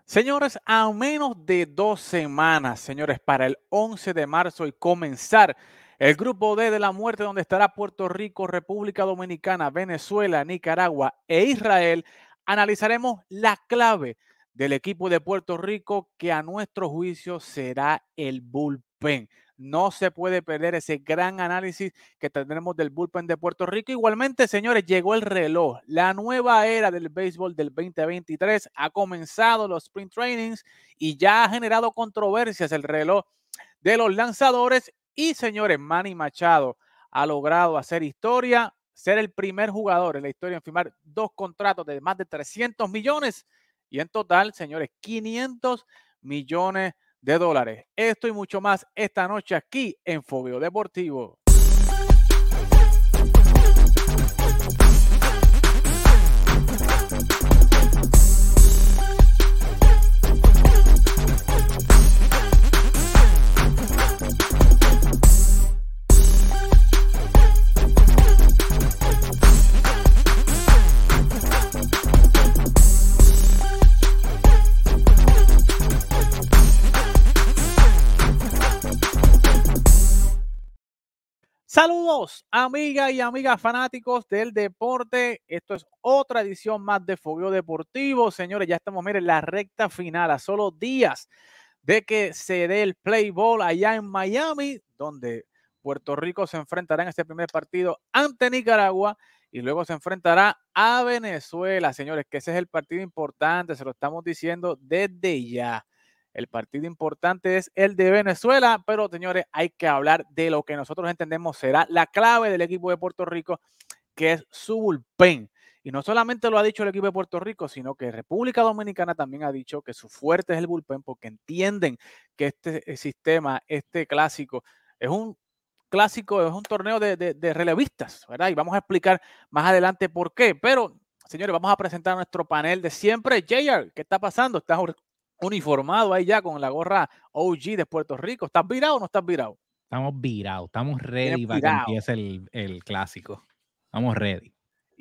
Señores, a menos de 2 semanas, señores, para el 11 de marzo y comenzar el grupo D de la muerte, donde estará Puerto Rico, República Dominicana, Venezuela, Nicaragua e Israel, analizaremos la clave del equipo de Puerto Rico, que a nuestro juicio será el bullpen. No se puede perder ese gran análisis que tendremos del bullpen de Puerto Rico. Igualmente, señores, llegó el reloj. La nueva era del béisbol del 2023 ha comenzado los sprint trainings y ya ha generado controversias el reloj de los lanzadores. Y, señores, Manny Machado ha logrado hacer historia, ser el primer jugador en la historia en firmar 2 contratos de más de 300 millones y en total, señores, 500 millones de dólares. Esto y mucho más esta noche aquí en Fogueo Deportivo. Saludos, amigas y amigas fanáticos del deporte. Esto es otra edición más de Fogueo Deportivo. Señores, ya estamos, miren, la recta final, a solo días de que se dé el play ball allá en Miami, donde Puerto Rico se enfrentará en este primer partido ante Nicaragua y luego se enfrentará a Venezuela. Señores, que ese es el partido importante, se lo estamos diciendo desde ya. El partido importante es el de Venezuela, pero señores, hay que hablar de lo que nosotros entendemos será la clave del equipo de Puerto Rico, que es su bullpen. Y no solamente lo ha dicho el equipo de Puerto Rico, sino que República Dominicana también ha dicho que su fuerte es el bullpen, porque entienden que este sistema, este clásico, es un clásico, es un torneo de relevistas, ¿verdad? Y vamos a explicar más adelante por qué. Pero, señores, vamos a presentar a nuestro panel de siempre. JR, ¿qué está pasando? ¿Estás uniformado ahí ya con la gorra OG de Puerto Rico? ¿Estás virado o no estás virado? Estamos virados, estamos Vienes ready para que virado. empiece el clásico. Estamos ready.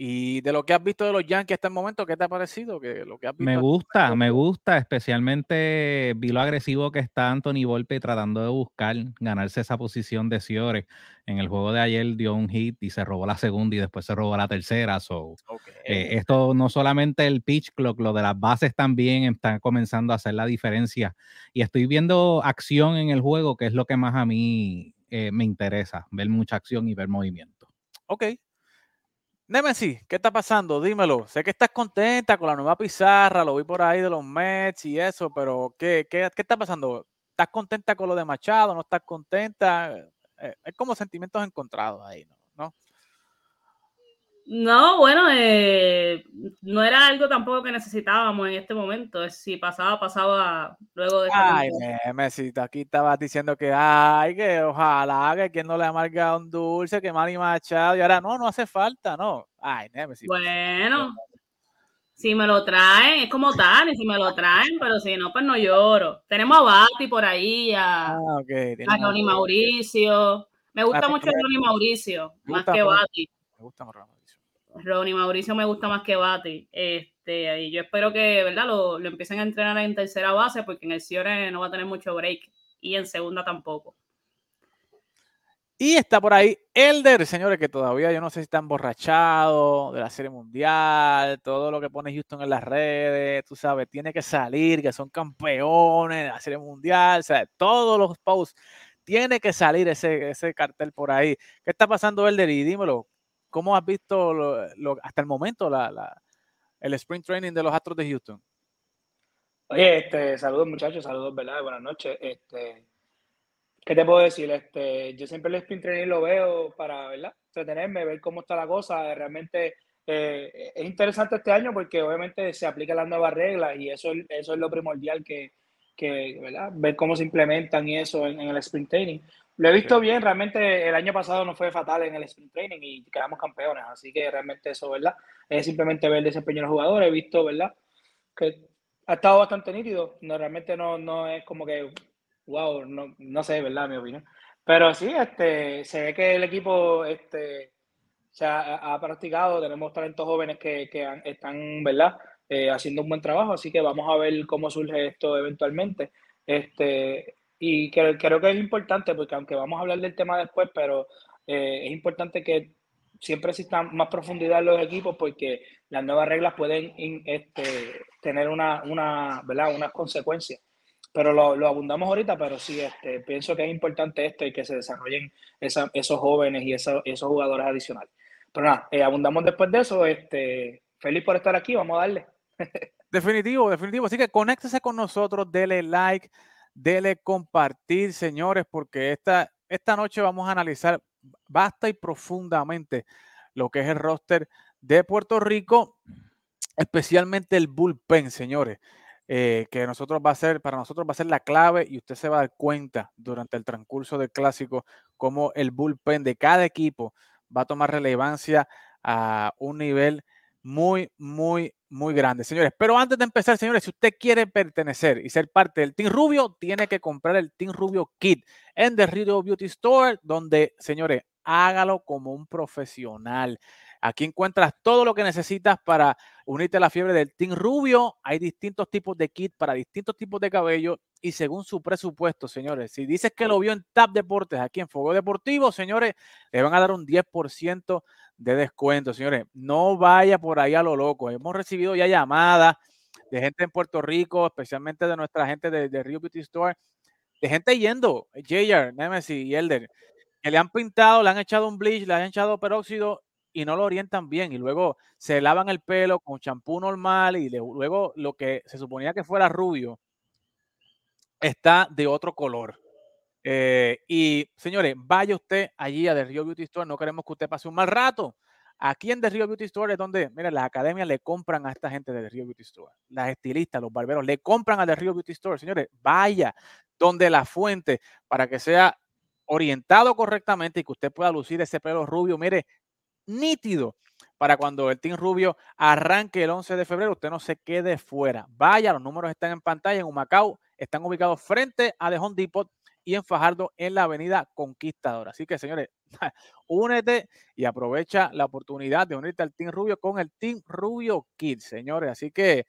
Y de lo que has visto de los Yankees hasta el momento, ¿qué te ha parecido? Que lo que has visto Me gusta, especialmente vi lo agresivo que está Anthony Volpe tratando de buscar ganarse esa posición de Ciore. En el juego de ayer dio un hit y se robó la segunda y después se robó la tercera. Okay. Esto no solamente el pitch clock, lo de las bases también está comenzando a hacer la diferencia. Y estoy viendo acción en el juego, que es lo que más a mí me interesa, ver mucha acción y ver movimiento. Ok. Nemesis, ¿qué está pasando? Dímelo. Sé que estás contenta con la nueva pizarra, lo vi por ahí de los Mets y eso, pero ¿qué está pasando? ¿Estás contenta con lo de Machado? ¿No estás contenta? Hay como sentimientos encontrados ahí, ¿no? No, bueno, no era algo tampoco que necesitábamos en este momento. Si pasaba, pasaba luego de este Ay, momento. Nemesis, aquí estabas diciendo que, ay, que ojalá que quien no le amarga un dulce, que Manny Machado, y ahora no hace falta, no. Ay, Nemesis. Bueno, si me lo traen, es como tal, y si me lo traen, pero si no, pues no lloro. Tenemos a Bati por ahí, a Ronnie Mauricio. Me gusta mucho Ronnie Mauricio, más que Bati. Me gusta más Ronnie Mauricio. Ronnie Mauricio me gusta más que Bati. Y yo espero que, ¿verdad? Lo empiecen a entrenar en tercera base, porque en el Ciore no va a tener mucho break. Y en segunda tampoco. Y está por ahí Elder, señores, que todavía yo no sé si está emborrachado de la Serie Mundial, todo lo que pone Houston en las redes, tú sabes, tiene que salir, que son campeones de la Serie Mundial, o sea, todos los posts, tiene que salir ese cartel por ahí. ¿Qué está pasando, Elder? Y dímelo, ¿cómo has visto hasta el momento el sprint training de los Astros de Houston? Oye, saludos muchachos, saludos, ¿verdad? Buenas noches. ¿Qué te puedo decir? Yo siempre el sprint training lo veo para, ¿verdad? Entretenerme, ver cómo está la cosa. Realmente es interesante este año porque obviamente se aplican las nuevas reglas y eso es lo primordial que ¿verdad? Ver cómo se implementan y eso en el sprint training. Lo he visto bien, realmente el año pasado no fue fatal en el sprint training y quedamos campeones, así que realmente eso, ¿verdad? Es simplemente ver el desempeño de los jugadores. He visto, ¿verdad? Que ha estado bastante nítido. No, realmente no es como que, wow, no sé, ¿verdad? Mi opinión. Pero sí, se ve que el equipo se ha practicado. Tenemos talentos jóvenes que están, ¿verdad? haciendo un buen trabajo, así que vamos a ver cómo surge esto eventualmente. Y creo que es importante, porque aunque vamos a hablar del tema después, pero es importante que siempre exista más profundidad en los equipos, porque las nuevas reglas pueden tener ¿verdad? Unas consecuencias. Pero lo abundamos ahorita, pero sí, pienso que es importante y que se desarrollen esos jóvenes y esos jugadores adicionales. Pero nada, abundamos después de eso. Feliz por estar aquí, vamos a darle. Definitivo. Así que conéctese con nosotros, dele like, dele compartir, señores, porque esta noche vamos a analizar vasta y profundamente lo que es el roster de Puerto Rico, especialmente el bullpen, señores, que para nosotros va a ser la clave, y usted se va a dar cuenta durante el transcurso del clásico cómo el bullpen de cada equipo va a tomar relevancia a un nivel muy, muy, muy grande, señores. Pero antes de empezar, señores, si usted quiere pertenecer y ser parte del Team Rubio, tiene que comprar el Team Rubio Kit en The Rio Beauty Store, donde, señores, hágalo como un profesional. Aquí encuentras todo lo que necesitas para unirte a la fiebre del Team Rubio. Hay distintos tipos de kit para distintos tipos de cabello y según su presupuesto, señores. Si dices que lo vio en TAP Deportes, aquí en Fuego Deportivo, señores, le van a dar un 10% de descuento, señores. No vaya por ahí a lo loco. Hemos recibido ya llamadas de gente en Puerto Rico, especialmente de nuestra gente de Rio Beauty Store, de gente yendo, JR, Nemesis y Elder, que le han pintado, le han echado un bleach, le han echado peróxido y no lo orientan bien, y luego se lavan el pelo con champú normal y luego lo que se suponía que fuera rubio está de otro color. Y señores, vaya usted allí a The Rio Beauty Store, no queremos que usted pase un mal rato. Aquí en The Rio Beauty Store es donde, mira, las academias le compran a esta gente de The Rio Beauty Store, las estilistas, los barberos, le compran a The Rio Beauty Store, señores, vaya donde la fuente para que sea orientado correctamente y que usted pueda lucir ese pelo rubio, mire, nítido, para cuando el Team Rubio arranque el 11 de febrero, usted no se quede fuera. Vaya, los números están en pantalla. En Humacao están ubicados frente a The Home Depot y en Fajardo en la avenida Conquistador. Así que, señores, únete y aprovecha la oportunidad de unirte al Team Rubio con el Team Rubio Kids, señores. Así que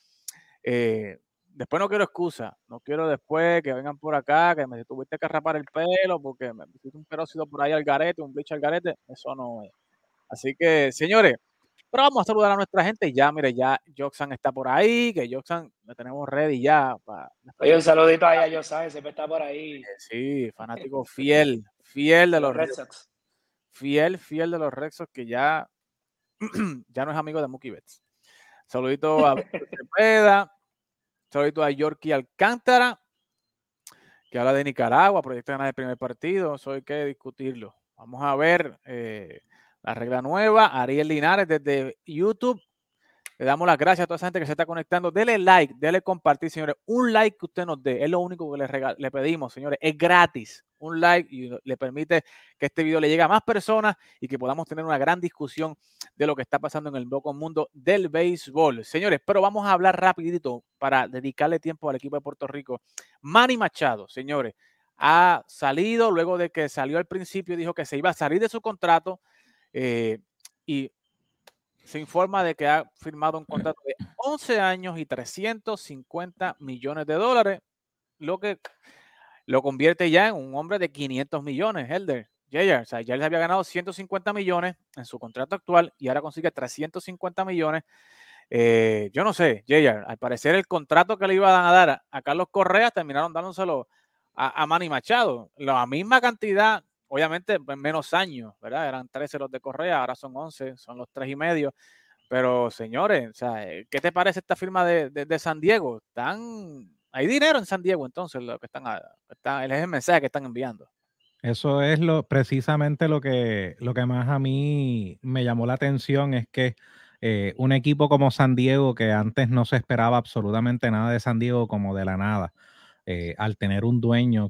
después no quiero excusa, no quiero después que vengan por acá, que me tuviste que rapar el pelo porque me pusiste un peróxido por ahí al garete, un bleach al garete. Eso no es. Así que, señores, pero vamos a saludar a nuestra gente. Ya, mire, ya Joxan está por ahí, que Joxan lo tenemos ready ya. Oye, un saludito ahí a Joxan, siempre está por ahí. Sí, fanático fiel de los Red Sox. Fiel de los Red Sox, que ya no es amigo de Mookie Betts. Saludito a Cepeda, saludito a Yorkie Alcántara, que habla de Nicaragua, proyecta ganar el primer partido, eso hay que discutirlo. Vamos a ver la regla nueva. Ariel Linares desde YouTube. Le damos las gracias a toda esa gente que se está conectando. Dele like, dele compartir, señores. Un like que usted nos dé es lo único que le pedimos, señores. Es gratis. Un like y le permite que este video le llegue a más personas y que podamos tener una gran discusión de lo que está pasando en el loco mundo del béisbol. Señores, pero vamos a hablar rapidito para dedicarle tiempo al equipo de Puerto Rico. Manny Machado, señores, ha salido luego de que salió al principio y dijo que se iba a salir de su contrato y se informa de que ha firmado un contrato de 11 años y $350 millones, lo que lo convierte ya en un hombre de 500 millones, Elder. O sea, ya él había ganado 150 millones en su contrato actual y ahora consigue 350 millones. Yo no sé, al parecer el contrato que le iban a dar a Carlos Correa terminaron dándoselo a Manny Machado. La misma cantidad, obviamente menos años, ¿verdad? Eran 13 los de Correa, ahora son 11, son los 3.5. Pero, señores, o sea, ¿qué te parece esta firma de San Diego? Hay dinero en San Diego, entonces, lo que es el mensaje que están enviando. Eso es precisamente lo que más a mí me llamó la atención, es que un equipo como San Diego, que antes no se esperaba absolutamente nada de San Diego, como de la nada, al tener un dueño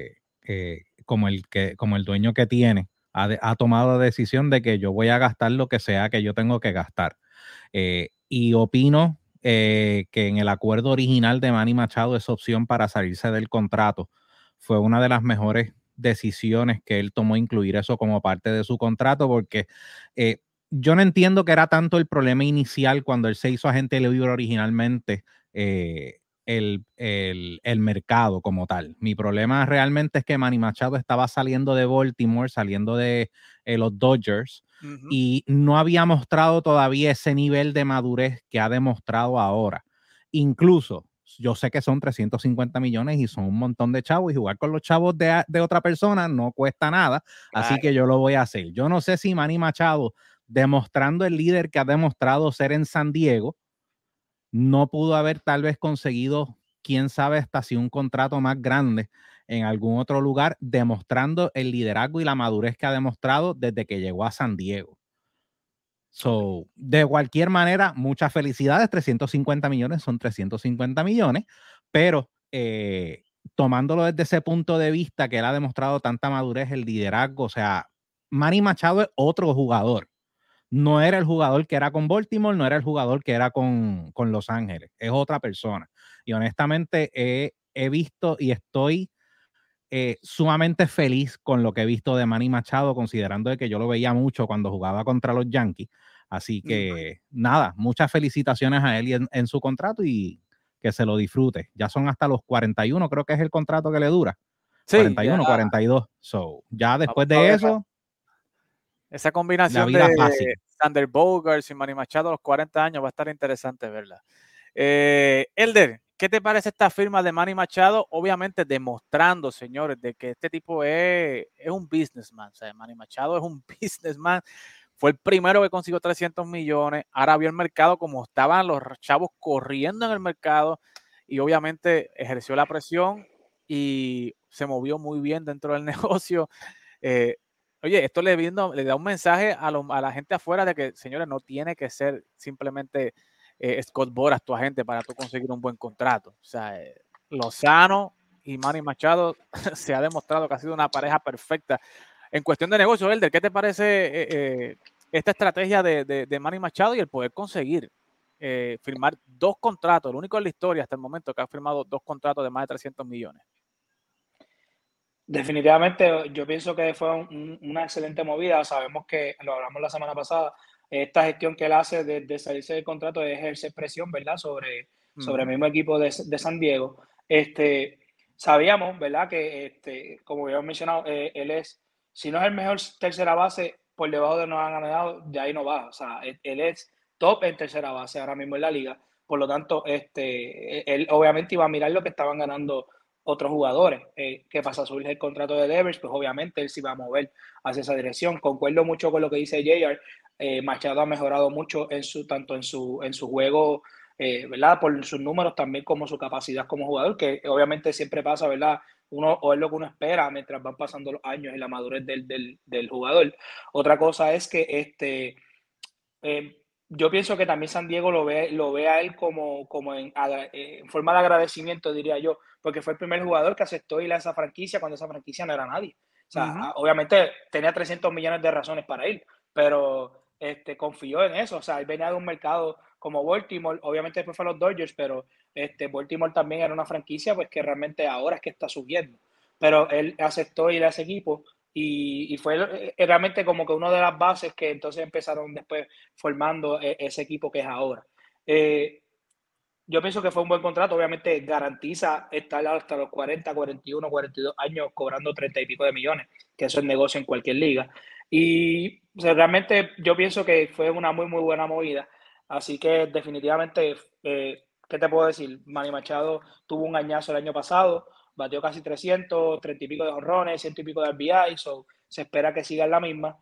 como el dueño que tiene, ha tomado la decisión de que yo voy a gastar lo que sea que yo tengo que gastar. Y opino que en el acuerdo original de Manny Machado, esa opción para salirse del contrato fue una de las mejores decisiones que él tomó, incluir eso como parte de su contrato, porque yo no entiendo que era tanto el problema inicial cuando él se hizo agente libre originalmente, el mercado como tal. Mi problema realmente es que Manny Machado estaba saliendo de Baltimore, saliendo de los Dodgers, y no había mostrado todavía ese nivel de madurez que ha demostrado ahora. Incluso, yo sé que son 350 millones y son un montón de chavos, y jugar con los chavos de otra persona no cuesta nada, así que yo lo voy a hacer. Yo no sé si Manny Machado, demostrando el líder que ha demostrado ser en San Diego, no pudo haber tal vez conseguido, quién sabe, hasta si un contrato más grande en algún otro lugar, demostrando el liderazgo y la madurez que ha demostrado desde que llegó a San Diego. So, de cualquier manera, muchas felicidades. 350 millones son 350 millones, pero tomándolo desde ese punto de vista que él ha demostrado tanta madurez, el liderazgo, o sea, Manny Machado es otro jugador. No era el jugador que era con Baltimore, no era el jugador que era con Los Ángeles, es otra persona. Y honestamente he visto y estoy sumamente feliz con lo que he visto de Manny Machado, considerando de que yo lo veía mucho cuando jugaba contra los Yankees. Así que nada, muchas felicitaciones a él y en su contrato, y que se lo disfrute. Ya son hasta los 41, creo que es el contrato que le dura. Sí, 41, ya. 42. So, ya después de eso, esa combinación de Xander Bogaerts y Manny Machado a los 40 años va a estar interesante, ¿verdad? Elder, ¿qué te parece esta firma de Manny Machado? Obviamente demostrando, señores, de que este tipo es un businessman. O sea, Manny Machado es un businessman. Fue el primero que consiguió 300 millones. Ahora vio el mercado como estaban los chavos corriendo en el mercado, y obviamente ejerció la presión y se movió muy bien dentro del negocio. Oye, esto le da un mensaje a la gente afuera de que, señores, no tiene que ser simplemente Scott Boras tu agente para tú conseguir un buen contrato. O sea, Lozano y Manny Machado se ha demostrado que ha sido una pareja perfecta. En cuestión de negocio, Elder, ¿qué te parece esta estrategia de Manny Machado y el poder conseguir firmar 2 contratos? El único en la historia hasta el momento que ha firmado 2 contratos de más de 300 millones. Definitivamente, yo pienso que fue una excelente movida. Sabemos que, lo hablamos la semana pasada, esta gestión que él hace de salirse del contrato es ejercer presión, ¿verdad?, sobre el mismo equipo de San Diego. Sabíamos, ¿verdad?, que como habíamos mencionado, él es, si no es el mejor tercera base, por debajo de nos han ganado, de ahí no va. O sea, él es top en tercera base ahora mismo en la liga. Por lo tanto, él obviamente iba a mirar lo que estaban ganando otros jugadores. ¿Qué pasa? Surge el contrato de Devers, pues obviamente él se va a mover hacia esa dirección. Concuerdo mucho con lo que dice JR. Machado ha mejorado mucho tanto en su juego, ¿verdad?, por sus números, también como su capacidad como jugador, que obviamente siempre pasa, ¿verdad? O es lo que uno espera mientras van pasando los años y la madurez del jugador. Otra cosa es que yo pienso que también San Diego lo ve a él como en forma de agradecimiento, diría yo, porque fue el primer jugador que aceptó ir a esa franquicia cuando esa franquicia no era nadie. O sea, obviamente tenía 300 millones de razones para ir, pero confió en eso. O sea, él venía de un mercado como Baltimore, obviamente después fue a los Dodgers, pero Baltimore también era una franquicia pues que realmente ahora es que está subiendo. Pero él aceptó ir a ese equipo y fue realmente como que una de las bases que entonces empezaron después formando ese equipo que es ahora. Yo pienso que fue un buen contrato. Obviamente garantiza estar hasta los 40, 41, 42 años cobrando 30 y pico de millones, que eso es negocio en cualquier liga. Y o sea, realmente yo pienso que fue una muy, muy buena movida. Así que definitivamente, ¿qué te puedo decir? Manny Machado tuvo un añazo el año pasado, batió casi 300, 30 y pico de jonrones, 100 y pico de RBI, se espera que siga en la misma.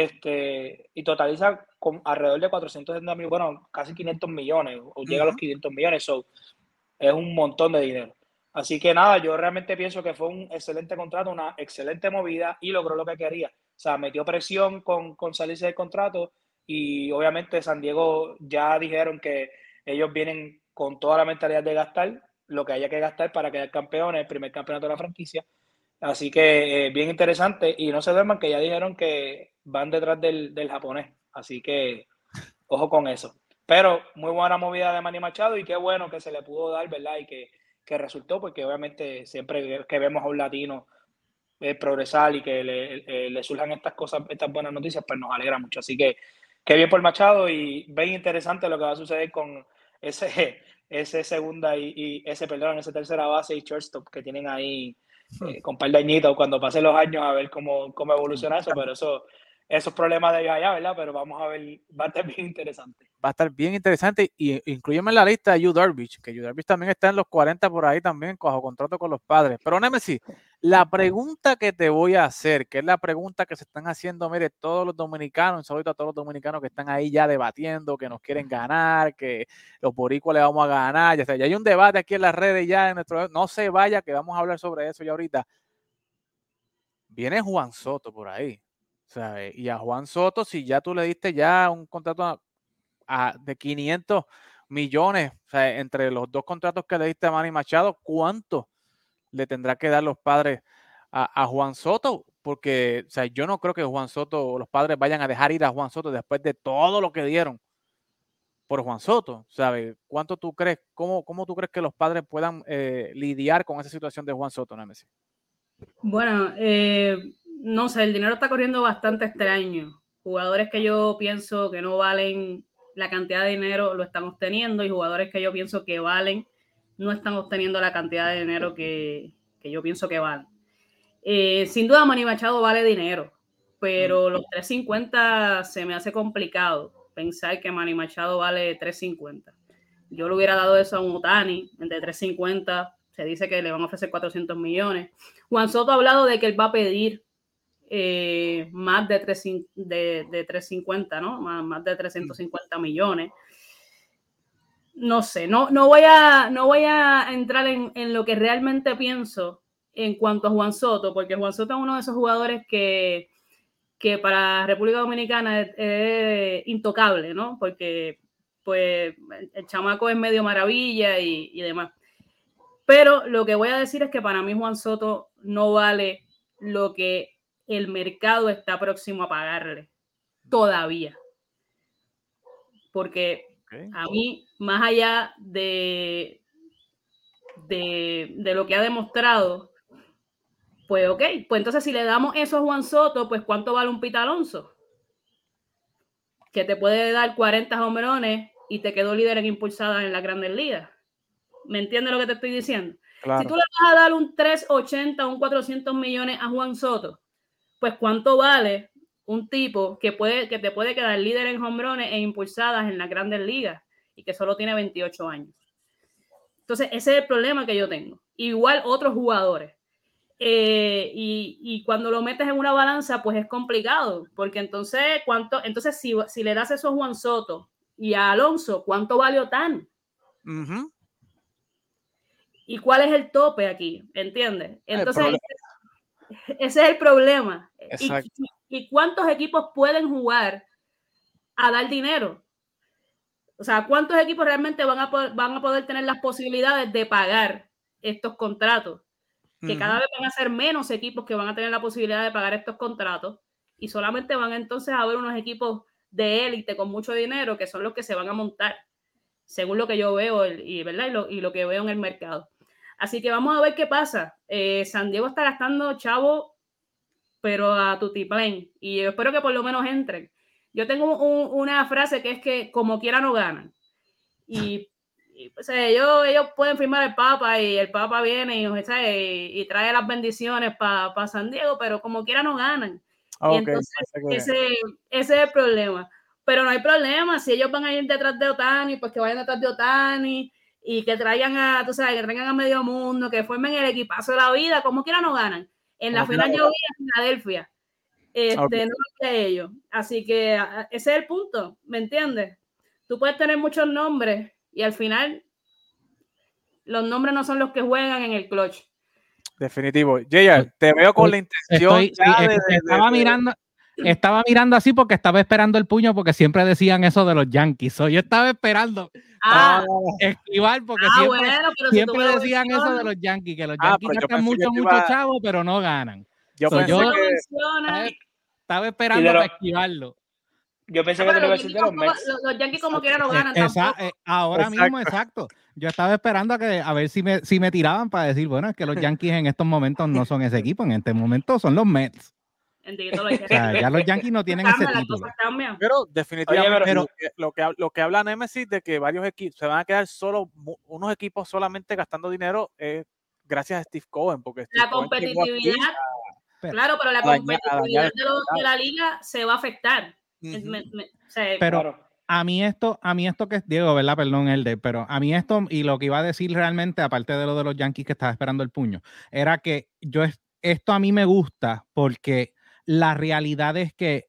Y totaliza con alrededor de 470 millones, bueno, casi 500 millones, o llega a los 500 millones, es un montón de dinero. Así que nada, yo realmente pienso que fue un excelente contrato, una excelente movida, y logró lo que quería. O sea, metió presión con salirse del contrato, y obviamente San Diego ya dijeron que ellos vienen con toda la mentalidad de gastar lo que haya que gastar para quedar campeones, el primer campeonato de la franquicia. Así que bien interesante, y no se duerman que ya dijeron que van detrás del japonés, así que ojo con eso. Pero muy buena movida de Manny Machado, y qué bueno que se le pudo dar, ¿verdad? Y que resultó, porque obviamente siempre que vemos a un latino progresar y que le surjan estas cosas, estas buenas noticias, pues nos alegra mucho. Así que qué bien por Machado y bien interesante lo que va a suceder con ese segunda y ese tercera base y shortstop que tienen ahí con un par de añitos, cuando pasen los años a ver cómo evoluciona eso, pero esos problemas de allá, ¿verdad? Pero vamos a ver, va a estar bien interesante. Va a estar bien interesante y incluyeme en la lista a Yu Darvish, que Yu Darvish también está en los 40 por ahí también, bajo contrato con los Padres. Pero Nemesis, la pregunta que te voy a hacer, que es la pregunta que se están haciendo, mire, todos los dominicanos, un saludo a todos los dominicanos que están ahí ya debatiendo, que nos quieren ganar, que los boricuas le vamos a ganar, ya hay un debate aquí en las redes ya, no se vaya, que vamos a hablar sobre eso ya ahorita. Viene Juan Soto por ahí, ¿sabes? Y a Juan Soto, si ya tú le diste ya un contrato de 500 millones, o sea, entre los dos contratos que le diste a Manny Machado, ¿cuánto le tendrá que dar los Padres a Juan Soto? Porque, o sea, yo no creo que Juan Soto o los Padres vayan a dejar ir a Juan Soto después de todo lo que dieron por Juan Soto, ¿sabes? ¿Cuánto tú crees, cómo tú crees que los Padres puedan lidiar con esa situación de Juan Soto, Nemesis? Bueno, no sé, el dinero está corriendo bastante extraño. Jugadores que yo pienso que no valen la cantidad de dinero lo están obteniendo y jugadores que yo pienso que valen no están obteniendo la cantidad de dinero que yo pienso que valen. Sin duda Manny Machado vale dinero, pero los 350 se me hace complicado pensar que Manny Machado vale 350. Yo le hubiera dado eso a un Ohtani de 350. Se dice que le van a ofrecer 400 millones. Juan Soto ha hablado de que él va a pedir más de 350, ¿no? Más de 350 millones. No sé, no voy a entrar en lo que realmente pienso en cuanto a Juan Soto, porque Juan Soto es uno de esos jugadores que para República Dominicana es intocable, ¿no? Porque pues el chamaco es medio maravilla y demás. Pero lo que voy a decir es que para mí Juan Soto no vale lo que el mercado está próximo a pagarle todavía. Porque a mí, más allá de lo que ha demostrado, pues ok, pues entonces si le damos eso a Juan Soto, pues ¿cuánto vale un Pete Alonso? Que te puede dar 40 homerones y te quedó líder en impulsadas en las Grandes Ligas. ¿Me entiendes lo que te estoy diciendo? Claro. Si tú le vas a dar un 380 o un 400 millones a Juan Soto, pues ¿cuánto vale un tipo que te puede quedar líder en homerones e impulsadas en las Grandes Ligas y que solo tiene 28 años? Entonces, ese es el problema que yo tengo. Igual otros jugadores. Y cuando lo metes en una balanza, pues es complicado, porque entonces, si le das eso a Juan Soto y a Alonso, ¿cuánto vale Ohtani? Uh-huh. ¿Y cuál es el tope aquí? ¿Entiendes? Entonces, ese es el problema. ¿Y cuántos equipos pueden jugar a dar dinero? O sea, ¿cuántos equipos realmente van a poder tener las posibilidades de pagar estos contratos? Que cada vez van a ser menos equipos que van a tener la posibilidad de pagar estos contratos y solamente van entonces a haber unos equipos de élite con mucho dinero que son los que se van a montar, según lo que yo veo ¿verdad? Y lo que veo en el mercado. Así que vamos a ver qué pasa. San Diego está gastando chavo, pero a tutiplén. Y yo espero que por lo menos entren. Yo tengo una frase que es que como quiera no ganan. Y pues, ellos pueden firmar el Papa y el Papa viene y trae las bendiciones para San Diego, pero como quiera no ganan. Okay, y entonces ese es el problema. Pero no hay problema. Si ellos van a ir detrás de Ohtani, pues que vayan detrás de Ohtani y que traigan a medio mundo, que formen el equipazo de la vida, como quiera no ganan. En la final yo vi a Filadelfia, no vi a ellos. Así que ese es el punto, ¿me entiendes? Tú puedes tener muchos nombres y al final los nombres no son los que juegan en el clutch. Definitivo. JR, te veo con la intención. Estaba mirando así porque estaba esperando el puño porque siempre decían eso de los Yankees. Yo estaba esperando esquivar porque siempre decían eso de los Yankees, que los Yankees gastan mucho chavo, pero no ganan. Yo estaba esperando para esquivarlo. Yo pensé que te lo iba a decir de los Mets. Los Yankees como quiera no ganan ahora mismo, exacto. Yo estaba esperando a ver si me tiraban para decir, bueno, es que los Yankees en estos momentos no son ese equipo, en este momento son los Mets. O sea, ya los Yankees no tienen ese título. Pero definitivamente lo que habla Nemesis de que varios equipos se van a quedar solo, unos equipos solamente gastando dinero gracias a Steve Cohen, porque Steve la competitividad, claro, pero la competitividad de la liga se va a afectar. Pero a mí esto que Diego, ¿verdad? Perdón, pero a mí esto, y lo que iba a decir realmente, aparte de lo de los Yankees que estaba esperando el puño, era que esto a mí me gusta porque la realidad es que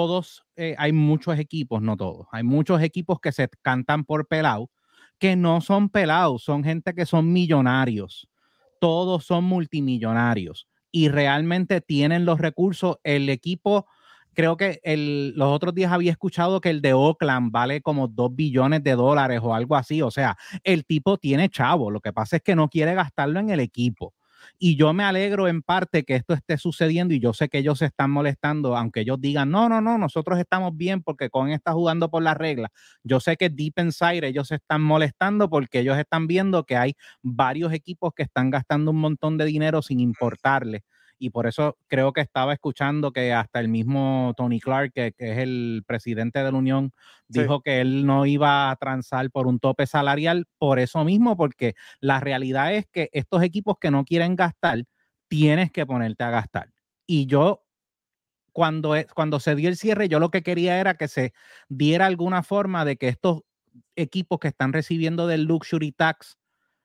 hay muchos equipos, no todos, hay muchos equipos que se cantan por pelado, que no son pelados, son gente que son millonarios, todos son multimillonarios y realmente tienen los recursos. El equipo, creo que los otros días había escuchado que el de Oakland vale como $2 billones o algo así. O sea, el tipo tiene chavo. Lo que pasa es que no quiere gastarlo en el equipo. Y yo me alegro en parte que esto esté sucediendo y yo sé que ellos se están molestando, aunque ellos digan, no, nosotros estamos bien porque Cohen está jugando por las reglas. Yo sé que deep inside ellos se están molestando porque ellos están viendo que hay varios equipos que están gastando un montón de dinero sin importarles. Y por eso creo que estaba escuchando que hasta el mismo Tony Clark, que es el presidente de la Unión, dijo que él no iba a transar por un tope salarial por eso mismo, porque la realidad es que estos equipos que no quieren gastar, tienes que ponerte a gastar. Y yo, cuando se dio el cierre, yo lo que quería era que se diera alguna forma de que estos equipos que están recibiendo del Luxury Tax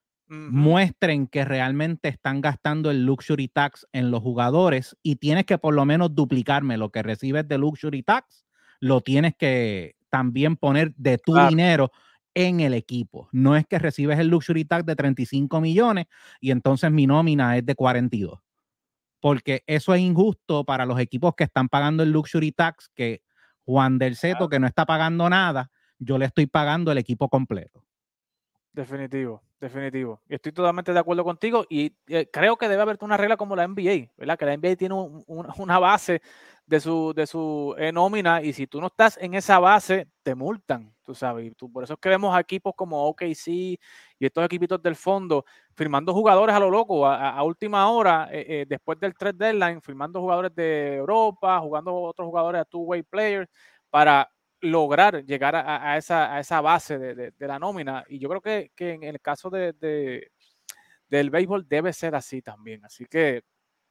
muestren que realmente están gastando el Luxury Tax en los jugadores y tienes que por lo menos duplicarme lo que recibes de Luxury Tax, lo tienes que también poner de tu dinero en el equipo. No es que recibes el Luxury Tax de 35 millones y entonces mi nómina es de 42. Porque eso es injusto para los equipos que están pagando el Luxury Tax, que Juan del Seto, que no está pagando nada, yo le estoy pagando el equipo completo. Definitivo. Estoy totalmente de acuerdo contigo y creo que debe haber una regla como la NBA, ¿verdad? Que la NBA tiene una base de su nómina y si tú no estás en esa base, te multan, tú sabes. Por eso es que vemos equipos como OKC y estos equipitos del fondo firmando jugadores a lo loco, a última hora, después del trade deadline, firmando jugadores de Europa, jugando otros jugadores a two-way players para lograr llegar a esa base de la nómina. Y yo creo que en el caso del béisbol debe ser así también. Así que,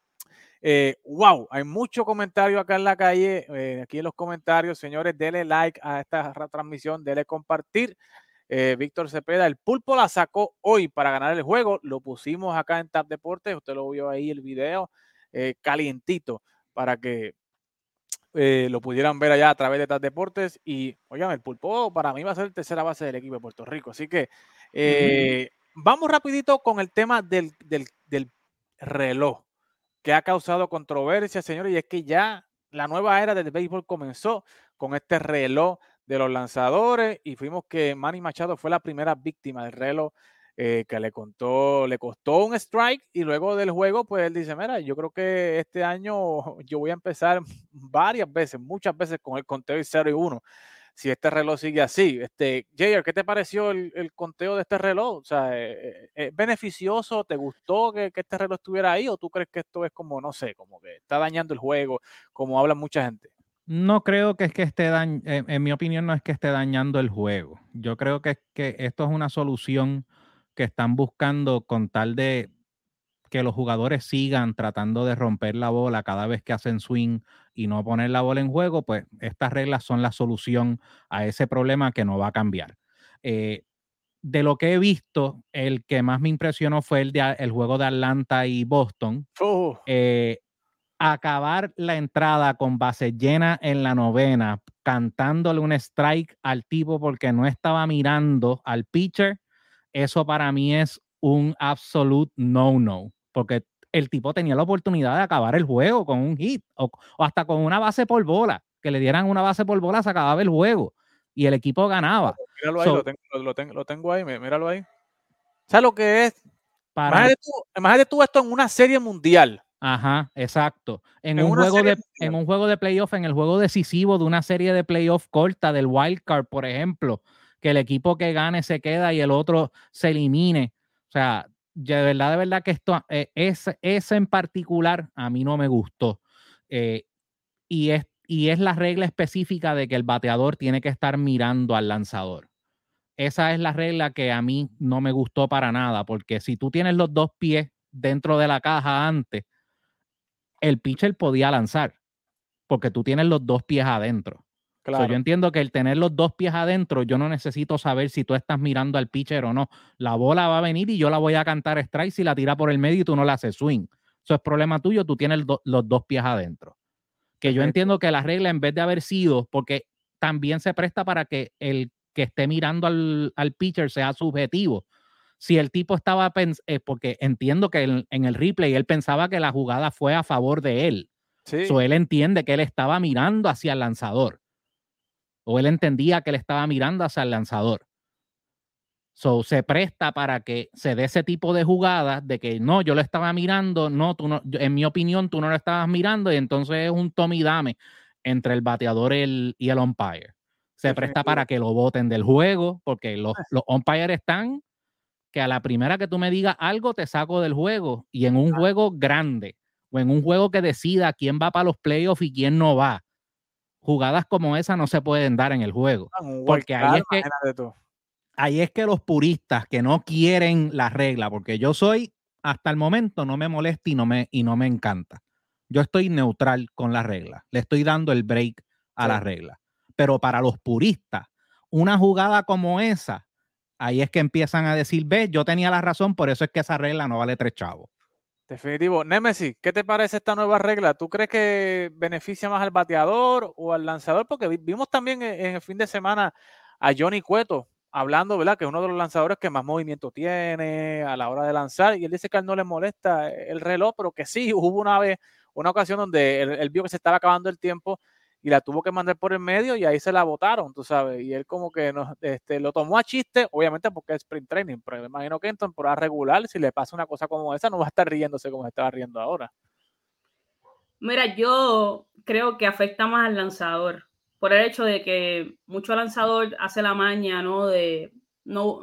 wow, hay mucho comentario acá en la calle, aquí en los comentarios. Señores, denle like a esta transmisión, denle compartir. Víctor Cepeda, el Pulpo la sacó hoy para ganar el juego. Lo pusimos acá en Tap Deportes. Usted lo vio ahí el video calientito para que lo pudieran ver allá a través de TAP Deportes y, oigan, el Pulpo para mí va a ser tercera base del equipo de Puerto Rico, así que vamos rapidito con el tema del reloj que ha causado controversia, señores, y es que ya la nueva era del béisbol comenzó con este reloj de los lanzadores y fuimos que Manny Machado fue la primera víctima del reloj que le costó un strike y luego del juego, pues él dice, mira, yo creo que este año yo voy a empezar muchas veces con el conteo de 0-1, si este reloj sigue así. Jair, ¿qué te pareció el conteo de este reloj? O sea, ¿es beneficioso? ¿Te gustó que este reloj estuviera ahí o tú crees que esto es como, no sé, como que está dañando el juego, como habla mucha gente? No creo que es que en mi opinión no es que esté dañando el juego. Yo creo que esto es una solución que están buscando con tal de que los jugadores sigan tratando de romper la bola cada vez que hacen swing y no poner la bola en juego, pues estas reglas son la solución a ese problema que no va a cambiar. De lo que he visto, el que más me impresionó fue el juego de Atlanta y Boston. Acabar la entrada con base llena en la novena, cantándole un strike al tipo porque no estaba mirando al pitcher, eso para mí es un absolute no-no, porque el tipo tenía la oportunidad de acabar el juego con un hit o hasta con una base por bola, que le dieran una base por bola, se acababa el juego y el equipo ganaba. Míralo ahí, lo tengo ahí, míralo ahí. ¿Sabes lo que es? Imagínate tú esto en una serie mundial. Ajá, exacto. En un juego de playoff, en el juego decisivo de una serie de playoff corta del wild card, por ejemplo, que el equipo que gane se queda y el otro se elimine. O sea, de verdad que esto, ese en particular a mí no me gustó. y es la regla específica de que el bateador tiene que estar mirando al lanzador. Esa es la regla que a mí no me gustó para nada, porque si tú tienes los 2 pies dentro de la caja antes, el pitcher podía lanzar, porque tú tienes los 2 pies adentro. Claro. Yo entiendo que el tener los 2 pies adentro, yo no necesito saber si tú estás mirando al pitcher o no. La bola va a venir y yo la voy a cantar strike si la tira por el medio y tú no la haces swing. Eso es problema tuyo, tú tienes los 2 pies adentro. Que yo entiendo que la regla, en vez de haber sido, porque también se presta para que el que esté mirando al pitcher sea subjetivo. Si el tipo estaba, porque entiendo que en el replay él pensaba que la jugada fue a favor de él. Sí. So, él entiende que él estaba mirando hacia el lanzador. O él entendía que él estaba mirando hacia el lanzador. So, se presta para que se dé ese tipo de jugadas de que no, yo lo estaba mirando, no, tú no, en mi opinión, tú no lo estabas mirando, y entonces es un tome y dame entre el bateador y el umpire. Se presta para que lo boten del juego, porque los umpires están que a la primera que tú me digas algo te saco del juego, y en un juego grande o en un juego que decida quién va para los playoffs y quién no va, jugadas como esa no se pueden dar en el juego, porque ahí es que los puristas que no quieren la regla, porque yo soy, hasta el momento no me molesta y no me encanta. Yo estoy neutral con la regla, le estoy dando el break a la regla, pero para los puristas, una jugada como esa, ahí es que empiezan a decir, ve, yo tenía la razón, por eso es que esa regla no vale 3 chavos. Definitivo. Nemesis, ¿qué te parece esta nueva regla? ¿Tú crees que beneficia más al bateador o al lanzador? Porque vimos también en el fin de semana a Johnny Cueto hablando, ¿verdad? Que es uno de los lanzadores que más movimiento tiene a la hora de lanzar, y él dice que a él no le molesta el reloj, pero que sí, hubo una ocasión donde él vio que se estaba acabando el tiempo y la tuvo que mandar por el medio y ahí se la botaron, tú sabes, y él como que lo tomó a chiste, obviamente porque es sprint training, pero me imagino que en temporada regular, si le pasa una cosa como esa, no va a estar riéndose como se estaba riendo ahora. Mira, yo creo que afecta más al lanzador, por el hecho de que mucho lanzador hace la maña, ¿no? De, no,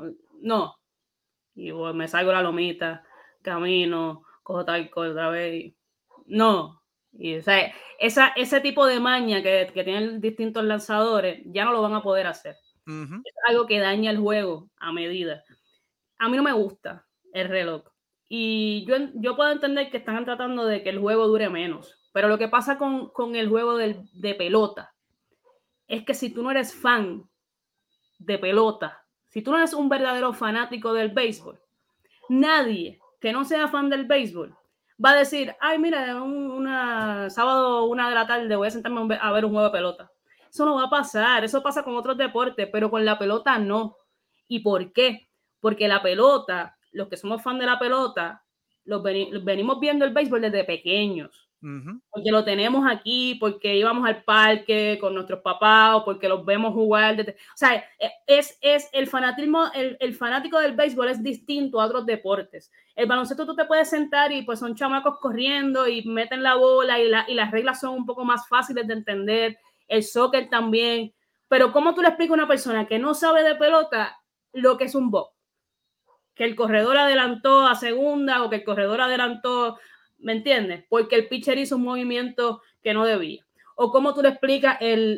y me salgo la lomita, camino, cojo talco otra vez, no. Y, o sea, ese tipo de maña que tienen distintos lanzadores ya no lo van a poder hacer. Uh-huh. Es algo que daña el juego a medida. A mí no me gusta el reloj. Y yo puedo entender que están tratando de que el juego dure menos. Pero lo que pasa con el juego de pelota es que si tú no eres fan de pelota, si tú no eres un verdadero fanático del béisbol, nadie que no sea fan del béisbol va a decir, ay, mira, sábado 1 de la tarde voy a sentarme a ver un juego de pelota. Eso no va a pasar, eso pasa con otros deportes, pero con la pelota no. ¿Y por qué? Porque la pelota, los que somos fan de la pelota, venimos viendo el béisbol desde pequeños. Uh-huh. Porque lo tenemos aquí, porque íbamos al parque con nuestros papás, o porque los vemos jugar. O sea, es el fanatismo, el fanático del béisbol es distinto a otros deportes. El baloncesto tú te puedes sentar y pues son chamacos corriendo y meten la bola y las reglas son un poco más fáciles de entender. El soccer también. Pero ¿cómo tú le explicas a una persona que no sabe de pelota lo que es un box? Que el corredor adelantó a segunda o que el corredor adelantó... ¿Me entiendes? Porque el pitcher hizo un movimiento que no debía. O cómo tú le explicas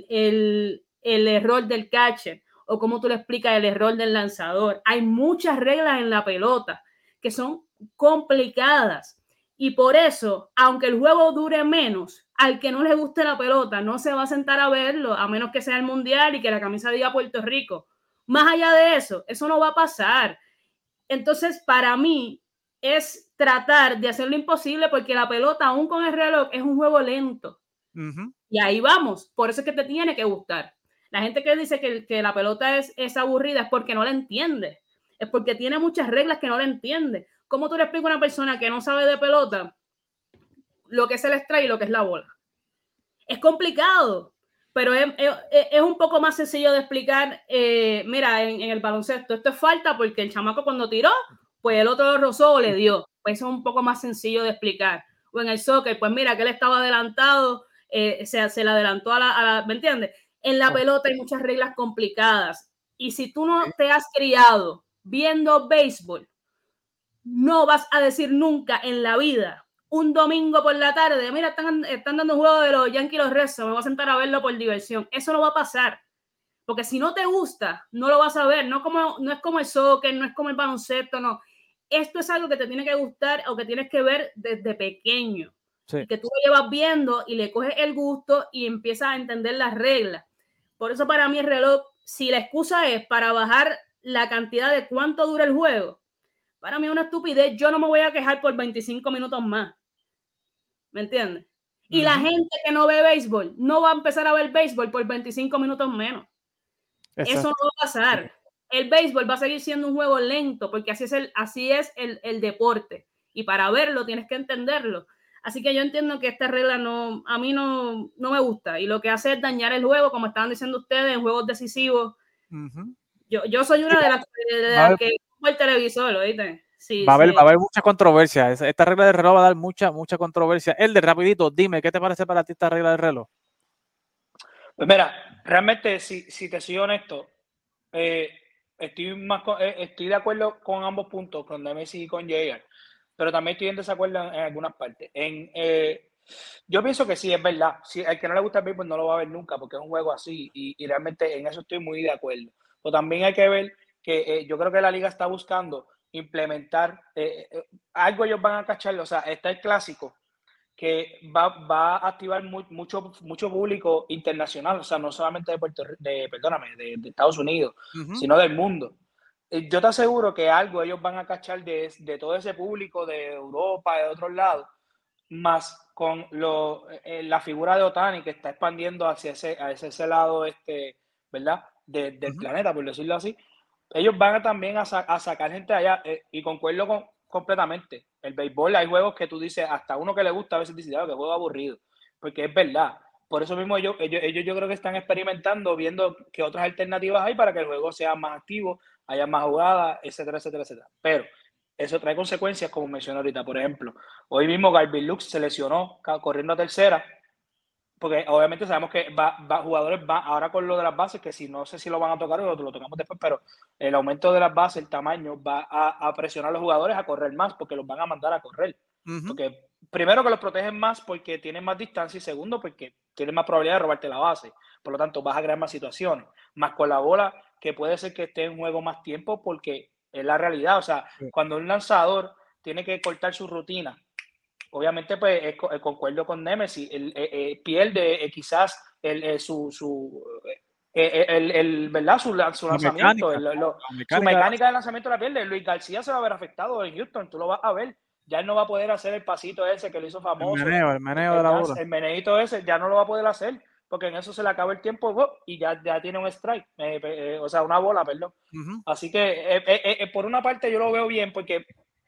el error del catcher. O cómo tú le explicas el error del lanzador. Hay muchas reglas en la pelota que son complicadas. Y por eso, aunque el juego dure menos, al que no le guste la pelota no se va a sentar a verlo, a menos que sea el mundial y que la camisa diga Puerto Rico. Más allá de eso no va a pasar. Entonces, para mí, es tratar de hacer lo imposible, porque la pelota, aún con el reloj, es un juego lento. Uh-huh. Y ahí vamos. Por eso es que te tiene que gustar. La gente que dice que la pelota es aburrida es porque no la entiende. Es porque tiene muchas reglas que no la entiende. ¿Cómo tú le explicas a una persona que no sabe de pelota lo que es el strike y lo que es la bola? Es complicado, pero es un poco más sencillo de explicar. Mira, en el baloncesto, esto es falta porque el chamaco cuando tiró, pues el otro lo rozó o le dio. Pues eso es un poco más sencillo de explicar. O en el soccer, pues mira, que él estaba adelantado, se le adelantó a la... ¿Me entiendes? En la pelota hay muchas reglas complicadas. Y si tú no te has criado viendo béisbol, no vas a decir nunca en la vida un domingo por la tarde, mira, están dando un juego de los Yankees y los Red Sox, me voy a sentar a verlo por diversión. Eso no va a pasar. Porque si no te gusta, no lo vas a ver. No es como el soccer, no es como el baloncesto, no. Esto es algo que te tiene que gustar o que tienes que ver desde pequeño. Sí. Y que tú lo llevas viendo y le coges el gusto y empiezas a entender las reglas. Por eso para mí el reloj, si la excusa es para bajar la cantidad de cuánto dura el juego, para mí es una estupidez. Yo no me voy a quejar por 25 minutos más. ¿Me entiendes? Y la gente que no ve béisbol no va a empezar a ver béisbol por 25 minutos menos. Exacto. Eso no va a pasar. El béisbol va a seguir siendo un juego lento porque así es el deporte. Y para verlo tienes que entenderlo. Así que yo entiendo que esta regla a mí no me gusta. Y lo que hace es dañar el juego, como estaban diciendo ustedes, en juegos decisivos. Yo soy una de las que pongo el televisor, ¿oíste? Sí, va a haber mucha controversia. Esta regla de reloj va a dar mucha controversia. Elder, rapidito, dime, ¿qué te parece para ti esta regla de reloj? Pues mira, realmente, si te soy honesto, estoy de acuerdo con ambos puntos, con Nemesis y con JR, pero también estoy en desacuerdo en algunas partes. Yo pienso que sí, es verdad. Si al que no le gusta el béisbol no lo va a ver nunca porque es un juego así y realmente en eso estoy muy de acuerdo. Pero también hay que ver que yo creo que la liga está buscando implementar algo. Ellos van a cacharlo, o sea, está el clásico que va a activar mucho público internacional, o sea, no solamente de Estados Unidos, sino del mundo. Yo te aseguro que algo ellos van a cachar de todo ese público de Europa, de otros lados, más con la figura de Ohtani que está expandiendo hacia ese lado, ¿verdad? Del planeta, por decirlo así. Ellos van también a sacar gente allá y concuerdo completamente. El béisbol, hay juegos que tú dices, hasta uno que le gusta a veces dice, que juego aburrido, porque es verdad. Por eso mismo ellos yo creo que están experimentando, viendo qué otras alternativas hay para que el juego sea más activo, haya más jugadas, etcétera, etcétera, etcétera. Pero eso trae consecuencias, como mencioné ahorita. Por ejemplo, hoy mismo Garvin Lux se lesionó corriendo a tercera, porque obviamente sabemos que jugadores van ahora con lo de las bases, que no sé si lo van a tocar o lo tocamos después, pero el aumento de las bases, el tamaño, va a presionar a los jugadores a correr más, porque los van a mandar a correr. Porque primero que los protegen más porque tienen más distancia y segundo porque tienen más probabilidad de robarte la base. Por lo tanto, vas a crear más situaciones. Más con la bola, que puede ser que esté en juego más tiempo porque es la realidad. O sea, cuando un lanzador tiene que cortar su rutina, obviamente, pues concuerdo con Nemesis, pierde quizás ¿verdad? Su lanzamiento, su mecánica de lanzamiento la pierde. Luis García se va a ver afectado en Houston, tú lo vas a ver. Ya él no va a poder hacer el pasito ese que lo hizo famoso. El meneo de la bola. El meneito ese ya no lo va a poder hacer porque en eso se le acaba el tiempo y ya tiene un strike, o sea, una bola, perdón. Así que por una parte yo lo veo bien porque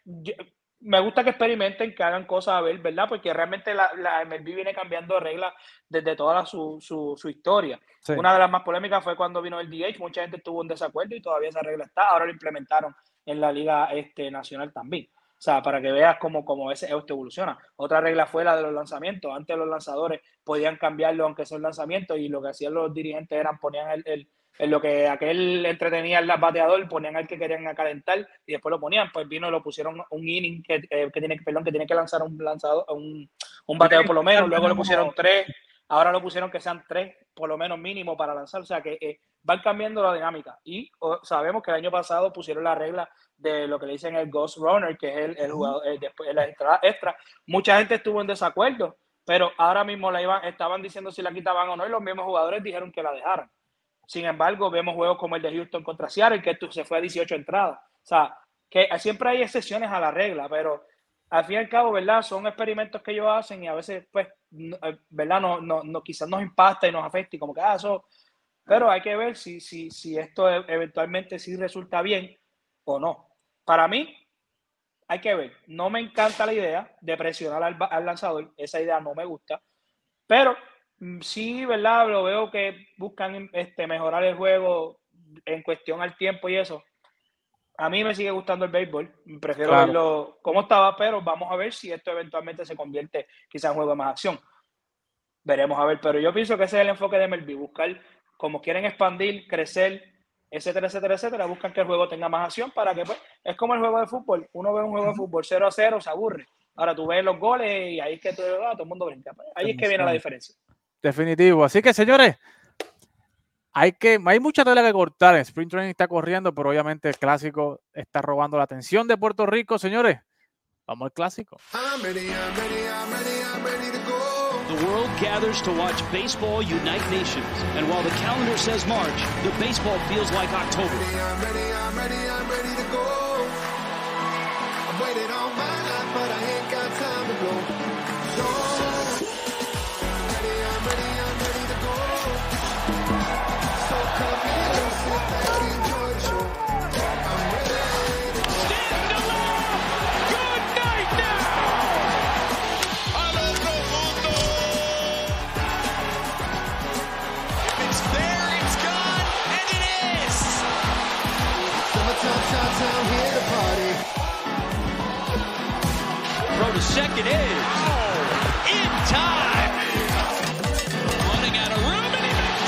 me gusta que experimenten, que hagan cosas a ver, ¿verdad? Porque realmente la MLB viene cambiando reglas desde toda su historia. Sí. Una de las más polémicas fue cuando vino el DH, mucha gente estuvo en desacuerdo y todavía esa regla está. Ahora lo implementaron en la Liga Nacional también. O sea, para que veas cómo esto evoluciona. Otra regla fue la de los lanzamientos. Antes los lanzadores podían cambiarlo aunque sea un lanzamiento y lo que hacían los dirigentes eran ponían en lo que aquel entretenía el bateador, ponían al que querían calentar y después lo ponían. Pues vino y lo pusieron un inning que tiene que lanzar un bateador por lo menos. Luego le pusieron 3. Ahora lo pusieron que sean 3 por lo menos mínimo para lanzar. O sea que van cambiando la dinámica. Y sabemos que el año pasado pusieron la regla de lo que le dicen el Ghost Runner, que es el jugador después de la extra. Mucha gente estuvo en desacuerdo, pero ahora mismo estaban diciendo si la quitaban o no y los mismos jugadores dijeron que la dejaran. Sin embargo, vemos juegos como el de Houston contra Seattle, que se fue a 18 entradas. O sea, que siempre hay excepciones a la regla, pero al fin y al cabo, ¿verdad? Son experimentos que ellos hacen y a veces, pues, ¿verdad? No, quizás nos impacta y nos afecta y como que, eso. Pero hay que ver si esto eventualmente sí resulta bien o no. Para mí, hay que ver. No me encanta la idea de presionar al lanzador. Esa idea no me gusta. Pero sí, ¿verdad? Lo veo que buscan mejorar el juego en cuestión al tiempo y eso. A mí me sigue gustando el béisbol. Prefiero verlo como estaba, pero vamos a ver si esto eventualmente se convierte quizás en juego de más acción. Veremos a ver. Pero yo pienso que ese es el enfoque de MLB. Buscar, como quieren expandir, crecer, etcétera, etcétera, etcétera. Buscan que el juego tenga más acción para que, pues, es como el juego de fútbol. Uno ve un juego de fútbol 0-0, se aburre. Ahora tú ves los goles y ahí es que todo el mundo brinca. Ahí es que viene la diferencia. Definitivo. Así que, señores, hay mucha tela que cortar. El Sprint Training está corriendo, pero obviamente el clásico está robando la atención de Puerto Rico, señores. Vamos al clásico. I'm ready to go. The world gathers to watch baseball unite nations. And while the calendar says March, the baseball feels like October. I'm ready to go. I've waited all my life, but I ain't got time to blow. I'm ready to go. So come here and sit back and enjoy the show. I'm ready to go. Stand alone! Good night now! Al otro mundo! If it's there, it's gone, and it is! Summertime, here to party. Throw to second is in time. Running out of room, and he makes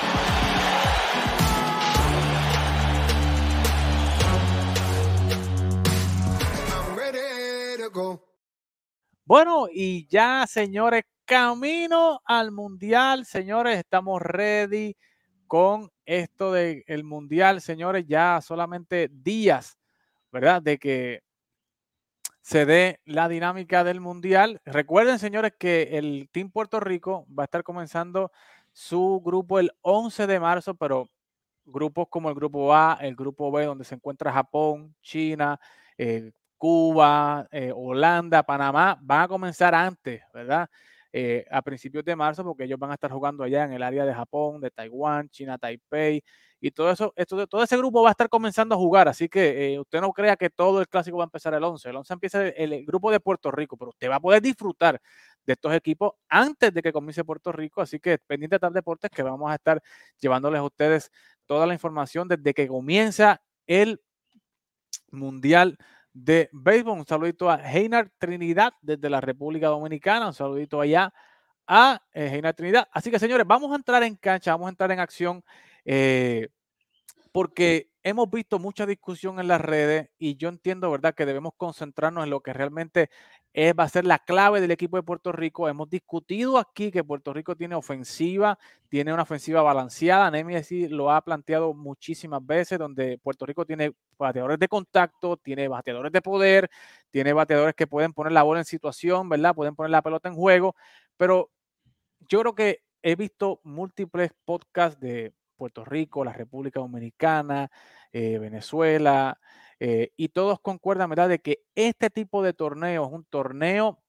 it. I'm ready to go. Bueno, y ya, señores, camino al Mundial. Señores, estamos ready con esto del Mundial. Señores, ya solamente días, ¿verdad?, de que se dé la dinámica del Mundial. Recuerden, señores, que el Team Puerto Rico va a estar comenzando su grupo el 11 de marzo, pero grupos como el grupo A, el grupo B, donde se encuentra Japón, China, Cuba, Holanda, Panamá, van a comenzar antes, ¿verdad? A principios de marzo, porque ellos van a estar jugando allá en el área de Japón, de Taiwán, China, Taipei, y todo eso, todo ese grupo va a estar comenzando a jugar, así que usted no crea que todo el clásico va a empezar el 11. El 11 empieza el grupo de Puerto Rico, pero usted va a poder disfrutar de estos equipos antes de que comience Puerto Rico, así que pendiente de TAP Deportes, que vamos a estar llevándoles a ustedes toda la información desde que comienza el Mundial de Béisbol. Un saludito a Heinar Trinidad desde la República Dominicana, un saludito allá a Heinar Trinidad. Así que, señores, vamos a entrar en cancha, vamos a entrar en acción, porque hemos visto mucha discusión en las redes y yo entiendo, ¿verdad?, que debemos concentrarnos en lo que realmente va a ser la clave del equipo de Puerto Rico. Hemos discutido aquí que Puerto Rico tiene ofensiva, tiene una ofensiva balanceada. Nemesi lo ha planteado muchísimas veces, donde Puerto Rico tiene bateadores de contacto, tiene bateadores de poder, tiene bateadores que pueden poner la bola en situación, ¿verdad?, pueden poner la pelota en juego, pero yo creo que he visto múltiples podcasts de Puerto Rico, la República Dominicana, Venezuela, y todos concuerdan, ¿verdad?, de que este tipo de torneo es un torneo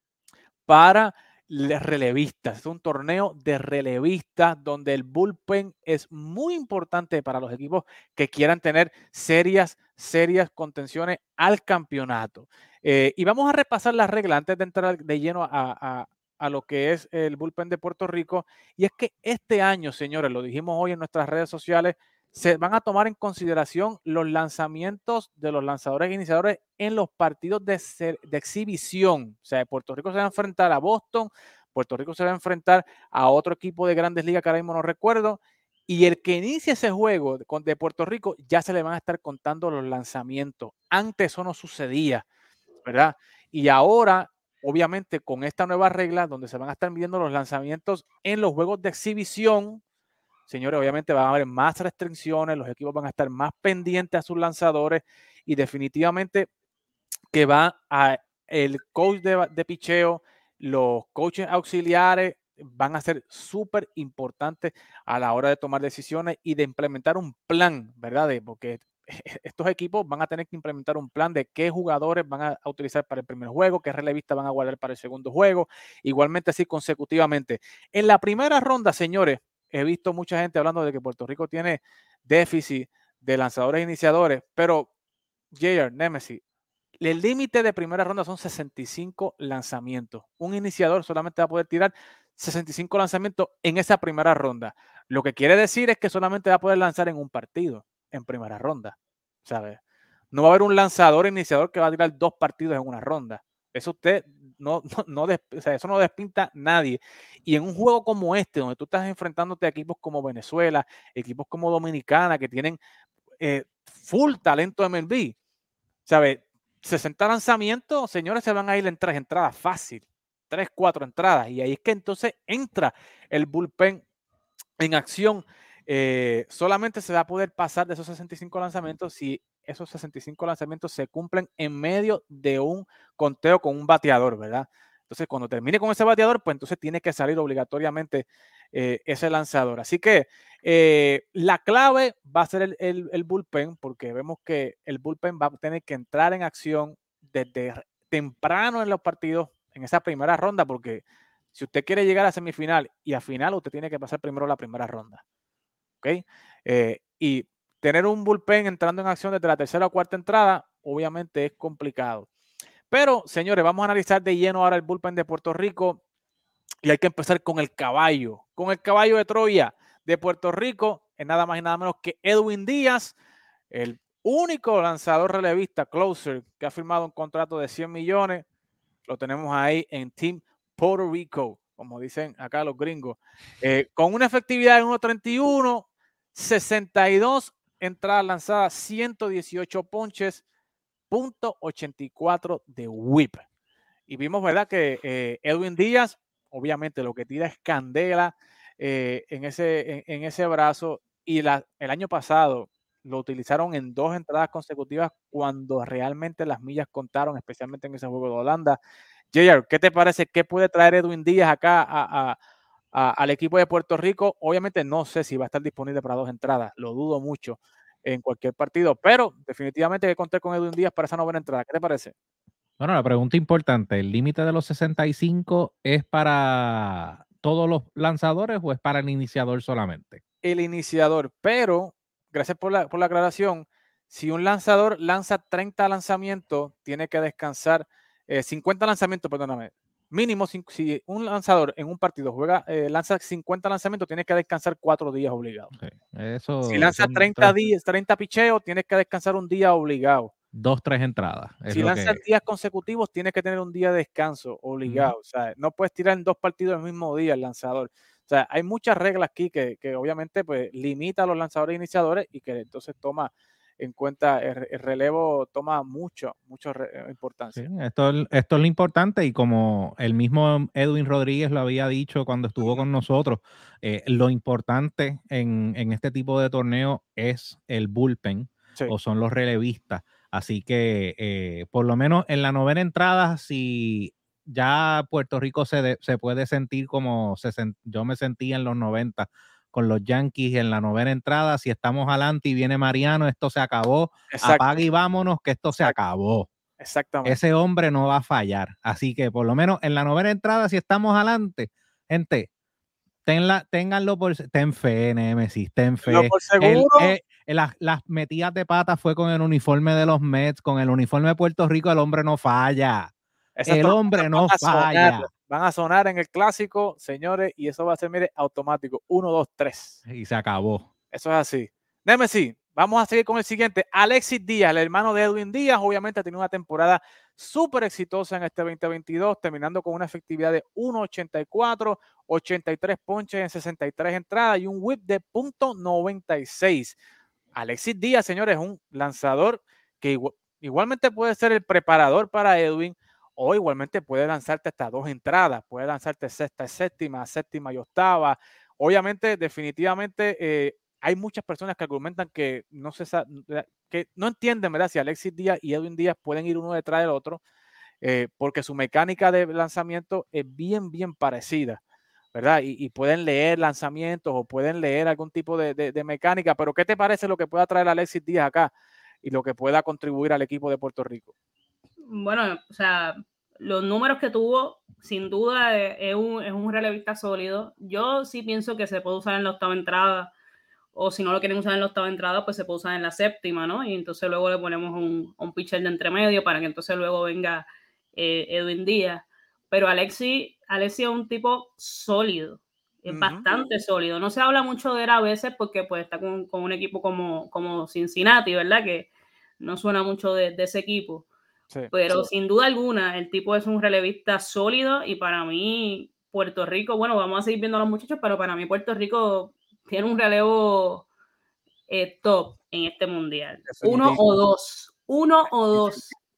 para relevistas, es un torneo de relevistas donde el bullpen es muy importante para los equipos que quieran tener serias contenciones al campeonato. Y vamos a repasar las reglas antes de entrar de lleno a lo que es el bullpen de Puerto Rico, y es que este año, señores, lo dijimos hoy en nuestras redes sociales, se van a tomar en consideración los lanzamientos de los lanzadores iniciadores en los partidos de exhibición. O sea, Puerto Rico se va a enfrentar a Boston, Puerto Rico se va a enfrentar a otro equipo de Grandes Ligas que ahora mismo no recuerdo, y el que inicie ese juego de Puerto Rico ya se le van a estar contando los lanzamientos. Antes eso no sucedía, ¿verdad? Y ahora, obviamente, con esta nueva regla donde se van a estar midiendo los lanzamientos en los juegos de exhibición, señores, obviamente van a haber más restricciones, los equipos van a estar más pendientes a sus lanzadores y definitivamente que el coach de picheo, los coaches auxiliares van a ser súper importantes a la hora de tomar decisiones y de implementar un plan, ¿verdad? Porque estos equipos van a tener que implementar un plan de qué jugadores van a utilizar para el primer juego, qué relevistas van a guardar para el segundo juego, igualmente así consecutivamente. En la primera ronda, señores, he visto mucha gente hablando de que Puerto Rico tiene déficit de lanzadores iniciadores, pero JR, Nemesi, el límite de primera ronda son 65 lanzamientos. Un iniciador solamente va a poder tirar 65 lanzamientos en esa primera ronda. Lo que quiere decir es que solamente va a poder lanzar en un partido, en primera ronda, ¿sabes? No va a haber un lanzador iniciador que va a tirar 2 partidos en una ronda. Eso usted o sea, eso no despinta nadie. Y en un juego como este, donde tú estás enfrentándote a equipos como Venezuela, equipos como Dominicana, que tienen full talento MLB, ¿sabes? 60 lanzamientos, señores, se van a ir en 3 entradas fácil. 3, 4 entradas. Y ahí es que entonces entra el bullpen en acción. Solamente se va a poder pasar de esos 65 lanzamientos si esos 65 lanzamientos se cumplen en medio de un conteo con un bateador, ¿verdad? Entonces, cuando termine con ese bateador, pues entonces tiene que salir obligatoriamente ese lanzador. Así que la clave va a ser el bullpen, porque vemos que el bullpen va a tener que entrar en acción desde temprano en los partidos, en esa primera ronda, porque si usted quiere llegar a semifinal y a final, usted tiene que pasar primero la primera ronda. ¿Ok? Y tener un bullpen entrando en acción desde la tercera o cuarta entrada, obviamente es complicado. Pero, señores, vamos a analizar de lleno ahora el bullpen de Puerto Rico y hay que empezar con el caballo de Troya de Puerto Rico, es nada más y nada menos que Edwin Díaz, el único lanzador relevista, closer, que ha firmado un contrato de 100 millones. Lo tenemos ahí en Team Puerto Rico, como dicen acá los gringos, con una efectividad de 1.31, 62 entradas lanzadas, 118 ponches, .84 de whip. Y vimos, ¿verdad?, que Edwin Díaz, obviamente lo que tira es candela en ese brazo, y el año pasado lo utilizaron en 2 entradas consecutivas cuando realmente las millas contaron, especialmente en ese juego de Holanda. JR, ¿qué te parece? ¿Qué puede traer Edwin Díaz acá al equipo de Puerto Rico? Obviamente no sé si va a estar disponible para 2 entradas, lo dudo mucho en cualquier partido, pero definitivamente hay que contar con Edwin Díaz para esa novena entrada. ¿Qué te parece? Bueno, la pregunta importante, ¿el límite de los 65 es para todos los lanzadores o es para el iniciador solamente? El iniciador, pero gracias por la aclaración. Si un lanzador lanza 30 lanzamientos, tiene que descansar 50 lanzamientos, perdóname. Mínimo, si un lanzador en un partido lanza 50 lanzamientos, tiene que descansar 4 días obligados. Okay. Si lanza 30 picheos, tienes que descansar un día obligado. 2, 3 entradas. Si lanzas días consecutivos, tienes que tener un día de descanso obligado. O sea, no puedes tirar en 2 partidos el mismo día el lanzador. O sea, hay muchas reglas aquí que obviamente pues limita a los lanzadores iniciadores y que entonces toma en cuenta el relevo, toma mucha importancia. Sí, esto es lo importante, y como el mismo Edwin Rodríguez lo había dicho cuando estuvo con nosotros, lo importante en este tipo de torneo es el bullpen, sí, o son los relevistas. Así que por lo menos en la novena entrada, si ya Puerto Rico se puede sentir como yo me sentía en los 90 con los Yankees en la novena entrada, si estamos adelante y viene Mariano, esto se acabó. Exacto. Apaga y vámonos, que esto se acabó. Exactamente. Ese hombre no va a fallar. Así que por lo menos en la novena entrada, si estamos adelante, gente, ten fe, Nemesis, ten fe. Por seguro. Las metidas de patas fue con el uniforme de los Mets, con el uniforme de Puerto Rico, el hombre no falla. El hombre no falla. Van a sonar en el clásico, señores, y eso va a ser, mire, automático. 1, 2, 3. Y se acabó. Eso es así. Nemesis, vamos a seguir con el siguiente. Alexis Díaz, el hermano de Edwin Díaz, obviamente ha tenido una temporada súper exitosa en este 2022, terminando con una efectividad de 1.84, 83 ponches en 63 entradas y un whip de .96. Alexis Díaz, señores, es un lanzador que igualmente puede ser el preparador para Edwin, o igualmente puede lanzarte hasta 2 entradas, puede lanzarte sexta, séptima y octava. Obviamente, definitivamente, hay muchas personas que argumentan que no entienden, ¿verdad?, si Alexis Díaz y Edwin Díaz pueden ir uno detrás del otro, porque su mecánica de lanzamiento es bien parecida, ¿verdad? Y pueden leer lanzamientos o pueden leer algún tipo de mecánica, pero ¿qué te parece lo que pueda traer Alexis Díaz acá y lo que pueda contribuir al equipo de Puerto Rico? Bueno, o sea, los números que tuvo, sin duda, es un relevista sólido. Yo sí pienso que se puede usar en la octava entrada, o si no lo quieren usar en la octava entrada, pues se puede usar en la séptima, ¿no? Y entonces luego le ponemos un pitcher de entremedio para que entonces luego venga Edwin Díaz. Pero Alexis es un tipo sólido, es bastante sólido. No se habla mucho de él a veces porque pues está con un equipo como Cincinnati, ¿verdad? Que no suena mucho de ese equipo. Sí, pero sí, sin duda alguna, el tipo es un relevista sólido y para mí Puerto Rico, bueno, vamos a seguir viendo a los muchachos, pero para mí Puerto Rico tiene un relevo top en este mundial. Uno o dos.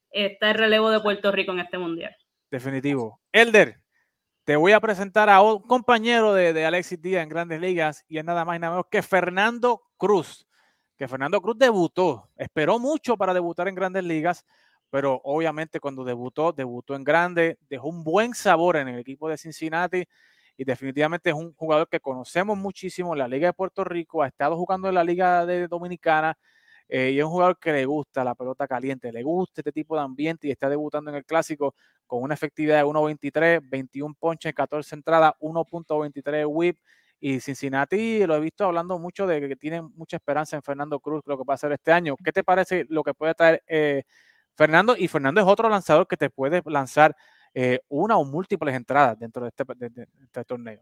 está el relevo de Puerto Rico en este mundial. Definitivo. Elder, te voy a presentar a un compañero de Alexis Díaz en Grandes Ligas y es nada más y nada menos que Fernando Cruz. Que Fernando Cruz debutó, esperó mucho para debutar en Grandes Ligas, pero obviamente cuando debutó en grande, dejó un buen sabor en el equipo de Cincinnati y definitivamente es un jugador que conocemos muchísimo en la Liga de Puerto Rico, ha estado jugando en la Liga de Dominicana y es un jugador que le gusta la pelota caliente, le gusta este tipo de ambiente y está debutando en el Clásico con una efectividad de 1.23, 21 ponches, 14 entradas, 1.23 whip. Y Cincinnati lo he visto hablando mucho de que tienen mucha esperanza en Fernando Cruz, lo que va a hacer este año. ¿Qué te parece lo que puede traer Fernando? Y Fernando es otro lanzador que te puede lanzar una o múltiples entradas dentro de este torneo.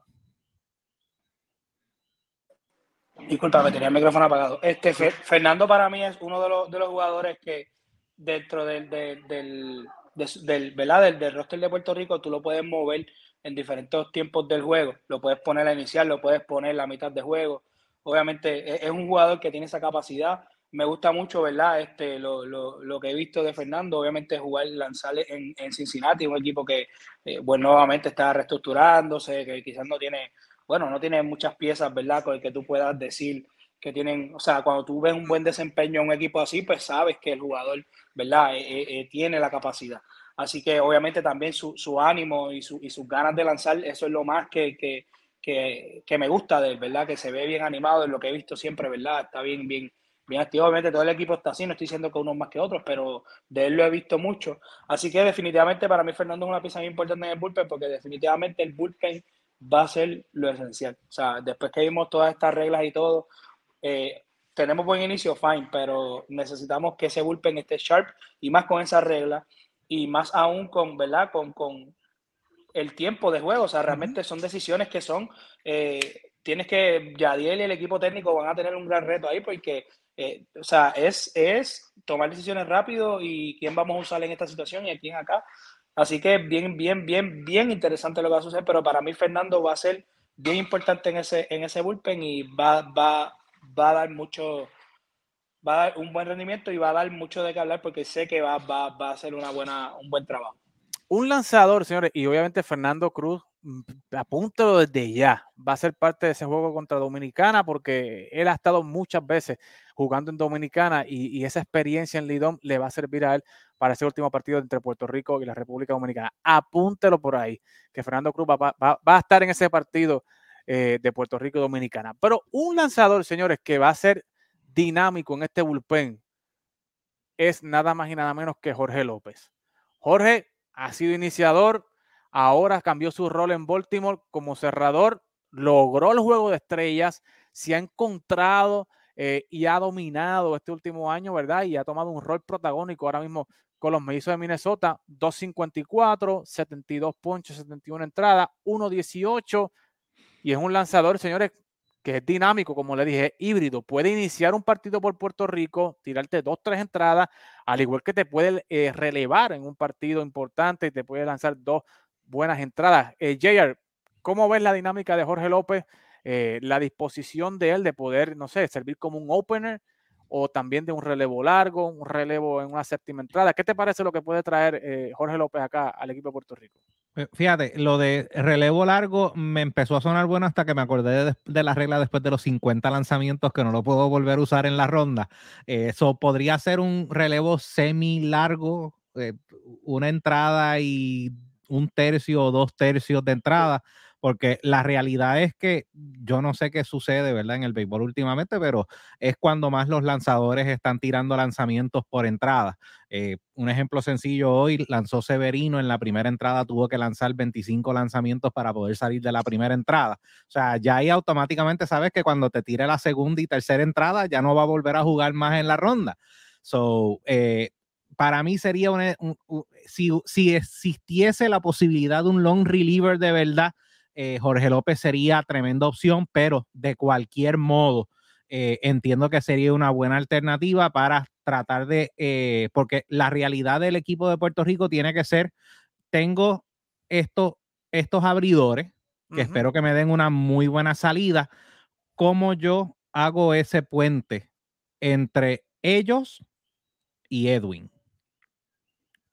Disculpa, me tenía el micrófono apagado. Fernando para mí es uno de los jugadores que dentro del roster de Puerto Rico tú lo puedes mover en diferentes tiempos del juego. Lo puedes poner a iniciar, lo puedes poner a la mitad de juego. Obviamente es un jugador que tiene esa capacidad. Me gusta mucho, ¿verdad? Lo que he visto de Fernando, obviamente lanzar en Cincinnati, un equipo que nuevamente está reestructurándose, que quizás no tiene muchas piezas, ¿verdad? Con el que tú puedas decir que tienen, o sea, cuando tú ves un buen desempeño en un equipo así, pues sabes que el jugador, ¿verdad? Tiene la capacidad. Así que obviamente también su ánimo y sus ganas de lanzar, eso es lo más que me gusta de él, ¿verdad? Que se ve bien animado, en lo que he visto siempre, ¿verdad? Está bien activo. Obviamente todo el equipo está así, no estoy diciendo que unos más que otros, pero de él lo he visto mucho. Así que definitivamente para mí Fernando es una pieza muy importante en el bullpen, porque definitivamente el bullpen va a ser lo esencial. O sea, después que vimos todas estas reglas y todo, tenemos buen inicio, fine, pero necesitamos que ese bullpen esté sharp y más con esa regla y más aún con, ¿verdad? Con el tiempo de juego. O sea, realmente son decisiones que son, Yadiel y el equipo técnico van a tener un gran reto ahí porque, o sea, es tomar decisiones rápido y quién vamos a usar en esta situación y a quién acá. Así que bien interesante lo que va a suceder, pero para mí Fernando va a ser bien importante en ese bullpen y va a dar un buen rendimiento y va a dar mucho de qué hablar porque sé que va a hacer un buen trabajo. Un lanzador, señores, y obviamente Fernando Cruz, apúntalo desde ya, va a ser parte de ese juego contra Dominicana porque él ha estado muchas veces jugando en Dominicana y esa experiencia en Lidom le va a servir a él para ese último partido entre Puerto Rico y la República Dominicana. Apúntelo por ahí, que Fernando Cruz va a estar en ese partido de Puerto Rico y Dominicana. Pero un lanzador, señores, que va a ser dinámico en este bullpen es nada más y nada menos que Jorge López. Jorge ha sido iniciador, ahora cambió su rol en Baltimore como cerrador, logró el juego de estrellas, se ha encontrado y ha dominado este último año, ¿verdad? Y ha tomado un rol protagónico ahora mismo con los Mellizos de Minnesota, 2.54, 72 ponches, 71 entradas, 1.18 y es un lanzador, señores, que es dinámico, como le dije, híbrido. Puede iniciar un partido por Puerto Rico, tirarte 2-3 entradas, al igual que te puede relevar en un partido importante y te puede lanzar 2 buenas entradas. JR, ¿cómo ves la dinámica de Jorge López? La disposición de él de poder, no sé, servir como un opener o también de un relevo largo, un relevo en una séptima entrada. ¿Qué te parece lo que puede traer Jorge López acá al equipo de Puerto Rico? Fíjate, lo de relevo largo me empezó a sonar bueno hasta que me acordé de la regla después de los 50 lanzamientos que no lo puedo volver a usar en la ronda. Eso podría ser un relevo semi largo, una entrada y 1/3 o 2/3 de entrada, porque la realidad es que yo no sé qué sucede, ¿verdad? En el béisbol últimamente, pero es cuando más los lanzadores están tirando lanzamientos por entrada. Un ejemplo sencillo, hoy lanzó Severino en la primera entrada, tuvo que lanzar 25 lanzamientos para poder salir de la primera entrada. O sea, ya ahí automáticamente sabes que cuando te tire la segunda y tercera entrada ya no va a volver a jugar más en la ronda. So, para mí sería si existiese la posibilidad de un long reliever de verdad, Jorge López sería tremenda opción, pero de cualquier modo entiendo que sería una buena alternativa para tratar de, porque la realidad del equipo de Puerto Rico tiene que ser, tengo estos abridores que espero que me den una muy buena salida, ¿cómo yo hago ese puente entre ellos y Edwin?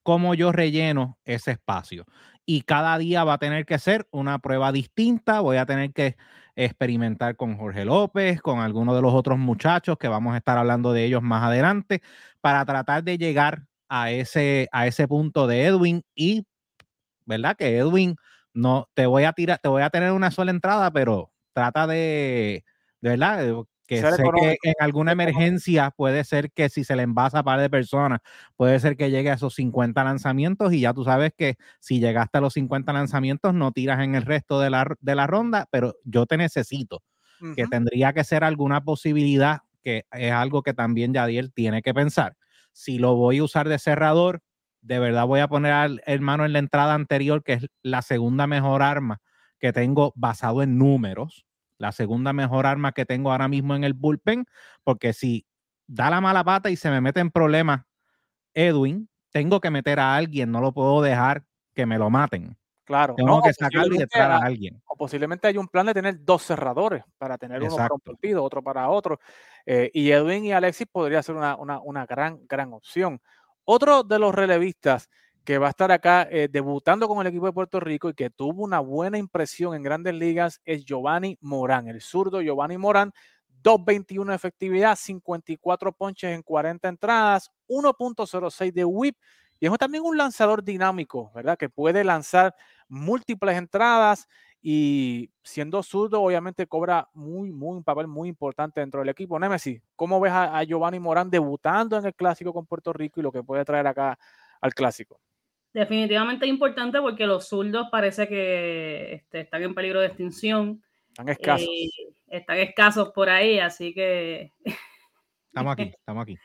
cómo yo relleno ese espacio. Y cada día va a tener que ser una prueba distinta. Voy a tener que experimentar con Jorge López, con algunos de los otros muchachos que vamos a estar hablando de ellos más adelante, para tratar de llegar a ese punto de Edwin. Y, ¿verdad? Que Edwin, no te voy a tener una sola entrada, pero trata de ¿verdad? Que sé que en alguna emergencia puede ser que si se le envasa a par de personas, puede ser que llegue a esos 50 lanzamientos, y ya tú sabes que si llegaste a los 50 lanzamientos no tiras en el resto de la ronda, pero yo te necesito, que tendría que ser alguna posibilidad, que es algo que también Yadiel tiene que pensar. Si lo voy a usar de cerrador, de verdad voy a poner al hermano en la entrada anterior, que es la segunda mejor arma que tengo basado en números, la segunda mejor arma que tengo ahora mismo en el bullpen, porque si da la mala pata y se me mete en problemas Edwin, tengo que meter a alguien, no lo puedo dejar que me lo maten. Claro. Tengo que sacarlo y entrar a alguien. O posiblemente hay un plan de tener 2 cerradores para tener uno para un partido, otro para otro. Y Edwin y Alexis podría ser una gran opción. Otro de los relevistas que va a estar acá debutando con el equipo de Puerto Rico y que tuvo una buena impresión en Grandes Ligas es Giovanni Morán, el zurdo Giovanni Morán, 2.21 de efectividad, 54 ponches en 40 entradas, 1.06 de whip, y es también un lanzador dinámico, ¿verdad? Que puede lanzar múltiples entradas, y siendo zurdo obviamente cobra un papel muy importante dentro del equipo. Nemesis, ¿cómo ves a Giovanni Morán debutando en el Clásico con Puerto Rico y lo que puede traer acá al Clásico? Definitivamente importante porque los zurdos parece que están en peligro de extinción. Están escasos. Están escasos por ahí, así que... Estamos aquí.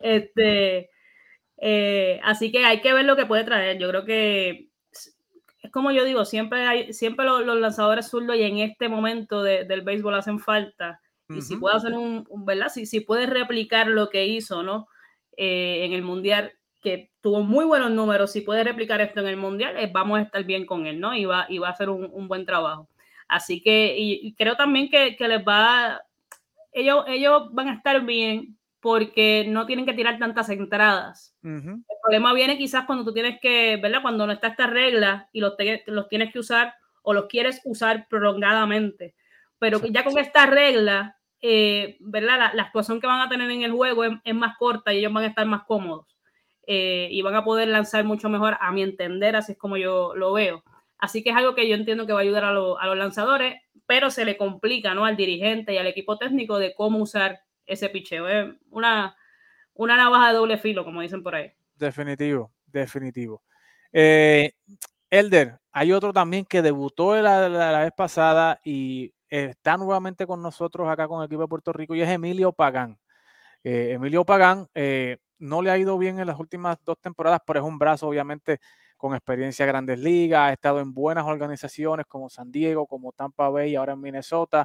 Así que hay que ver lo que puede traer. Yo creo que es como yo digo, siempre los lanzadores zurdos y en este momento del béisbol hacen falta. Y si puede hacer ¿verdad? Si puede replicar lo que hizo, ¿no? En el Mundial, que tuvo muy buenos números, si puede replicar esto en el Mundial, vamos a estar bien con él, ¿no? Y va a hacer un buen trabajo. Así que, y creo también que les va, ellos van a estar bien porque no tienen que tirar tantas entradas. El problema viene quizás cuando tú tienes que, ¿verdad? Cuando no está esta regla y los tienes que usar o los quieres usar prolongadamente. Pero ya con esta regla, ¿verdad? La actuación que van a tener en el juego es más corta y ellos van a estar más cómodos. Y van a poder lanzar mucho mejor, a mi entender, así es como yo lo veo. Así que es algo que yo entiendo que va a ayudar a los lanzadores, pero se le complica, ¿no? Al dirigente y al equipo técnico de cómo usar ese picheo. Es una navaja de doble filo, como dicen por ahí. Definitivo. Elder, hay otro también que debutó la vez pasada y está nuevamente con nosotros acá con el equipo de Puerto Rico, y es Emilio Pagán. Emilio Pagán no le ha ido bien en las últimas 2 temporadas, pero es un brazo obviamente con experiencia en Grandes Ligas, ha estado en buenas organizaciones como San Diego, como Tampa Bay y ahora en Minnesota.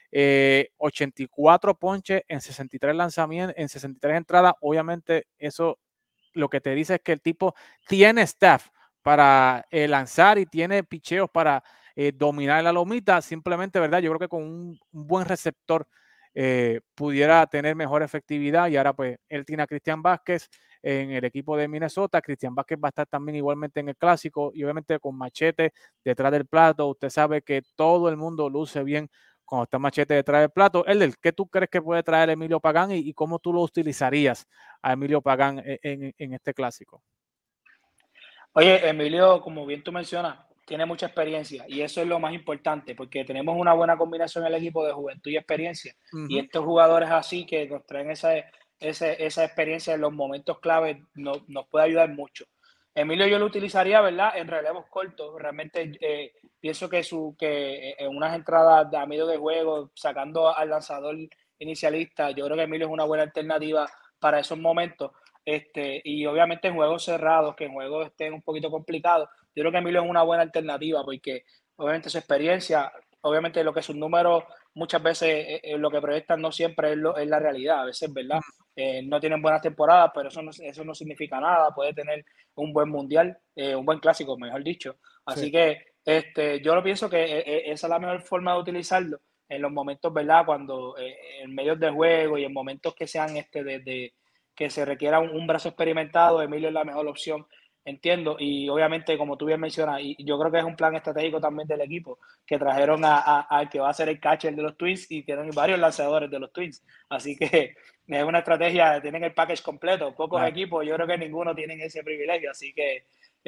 84 ponches en 63 lanzamientos, en 63 entradas. Obviamente eso lo que te dice es que el tipo tiene staff para lanzar y tiene picheos para dominar la lomita. Simplemente, ¿verdad? Yo creo que con un buen receptor pudiera tener mejor efectividad, y ahora pues él tiene a Cristian Vázquez en el equipo de Minnesota. Cristian Vázquez va a estar también igualmente en el Clásico y obviamente con Machete detrás del plato. Usted sabe que todo el mundo luce bien cuando está Machete detrás del plato. Elder, ¿qué tú crees que puede traer Emilio Pagán y cómo tú lo utilizarías a Emilio Pagán en este Clásico? Oye, Emilio, como bien tú mencionas, tiene mucha experiencia y eso es lo más importante, porque tenemos una buena combinación en el equipo de juventud y experiencia. Y estos jugadores así que nos traen esa experiencia en los momentos clave nos puede ayudar mucho. Emilio yo lo utilizaría, ¿verdad? En relevos cortos. Realmente pienso que en unas entradas a medio de juego, sacando al lanzador inicialista, yo creo que Emilio es una buena alternativa para esos momentos. Y obviamente en juegos cerrados, que en juegos estén un poquito complicados, yo creo que Emilio es una buena alternativa porque obviamente su experiencia, obviamente lo que sus números muchas veces lo que proyectan no siempre es la realidad, a veces, ¿verdad? No tienen buenas temporadas, pero eso no significa nada. Puede tener un buen mundial, un buen clásico, mejor dicho. Así que yo lo pienso que esa es la mejor forma de utilizarlo en los momentos, ¿verdad? Cuando en medios de juego y en momentos que sean que se requiera un brazo experimentado, Emilio es la mejor opción entiendo, y obviamente, como tú bien mencionas, y yo creo que es un plan estratégico también del equipo, que trajeron al que va a ser el catcher de los Twins y tienen varios lanzadores de los Twins. Así que es una estrategia, tienen el package completo. Pocos equipos, yo creo que ninguno tienen ese privilegio. Así que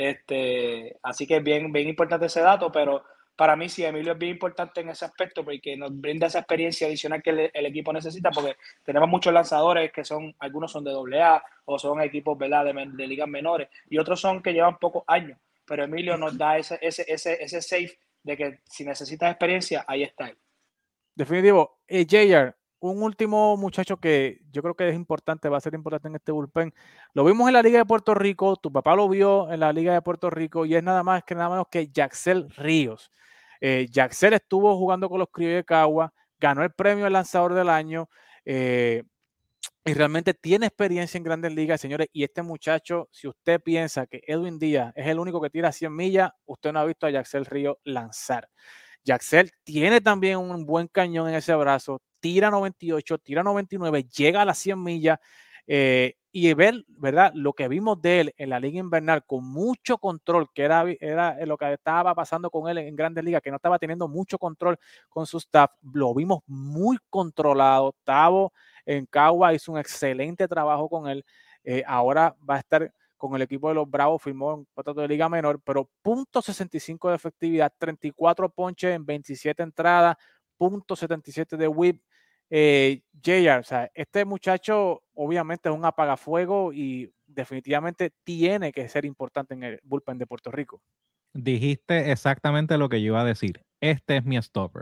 es bien importante ese dato, pero para mí sí, Emilio es bien importante en ese aspecto porque nos brinda esa experiencia adicional que el equipo necesita, porque tenemos muchos lanzadores que algunos son de AA o son equipos, ¿verdad?, de ligas menores, y otros son que llevan pocos años, pero Emilio nos da ese safe de que si necesitas experiencia, ahí está él. Definitivo. JR, un último muchacho que yo creo que es importante, va a ser importante en este bullpen. Lo vimos en la Liga de Puerto Rico, tu papá lo vio en la Liga de Puerto Rico y es nada más que nada menos que Jacksel Ríos. Jacksel estuvo jugando con los Criollos de Cagua, ganó el premio al lanzador del año y realmente tiene experiencia en Grandes Ligas, señores. Y este muchacho, si usted piensa que Edwin Díaz es el único que tira 100 millas, usted no ha visto a Jacksel Ríos lanzar. Jacksel tiene también un buen cañón en ese brazo, tira 98, tira 99, llega a las 100 millas y ver, ¿verdad?, lo que vimos de él en la Liga Invernal con mucho control, que era lo que estaba pasando con él en Grandes Ligas, que no estaba teniendo mucho control con su staff, lo vimos muy controlado. Tavo en Cagua hizo un excelente trabajo con él, ahora va a estar con el equipo de los Bravos, firmó un contrato de liga menor, pero .65 de efectividad, 34 ponches en 27 entradas, .77 de whip. JR, o sea, este muchacho obviamente es un apagafuego y definitivamente tiene que ser importante en el bullpen de Puerto Rico. Dijiste exactamente lo que yo iba a decir. Este es mi stopper.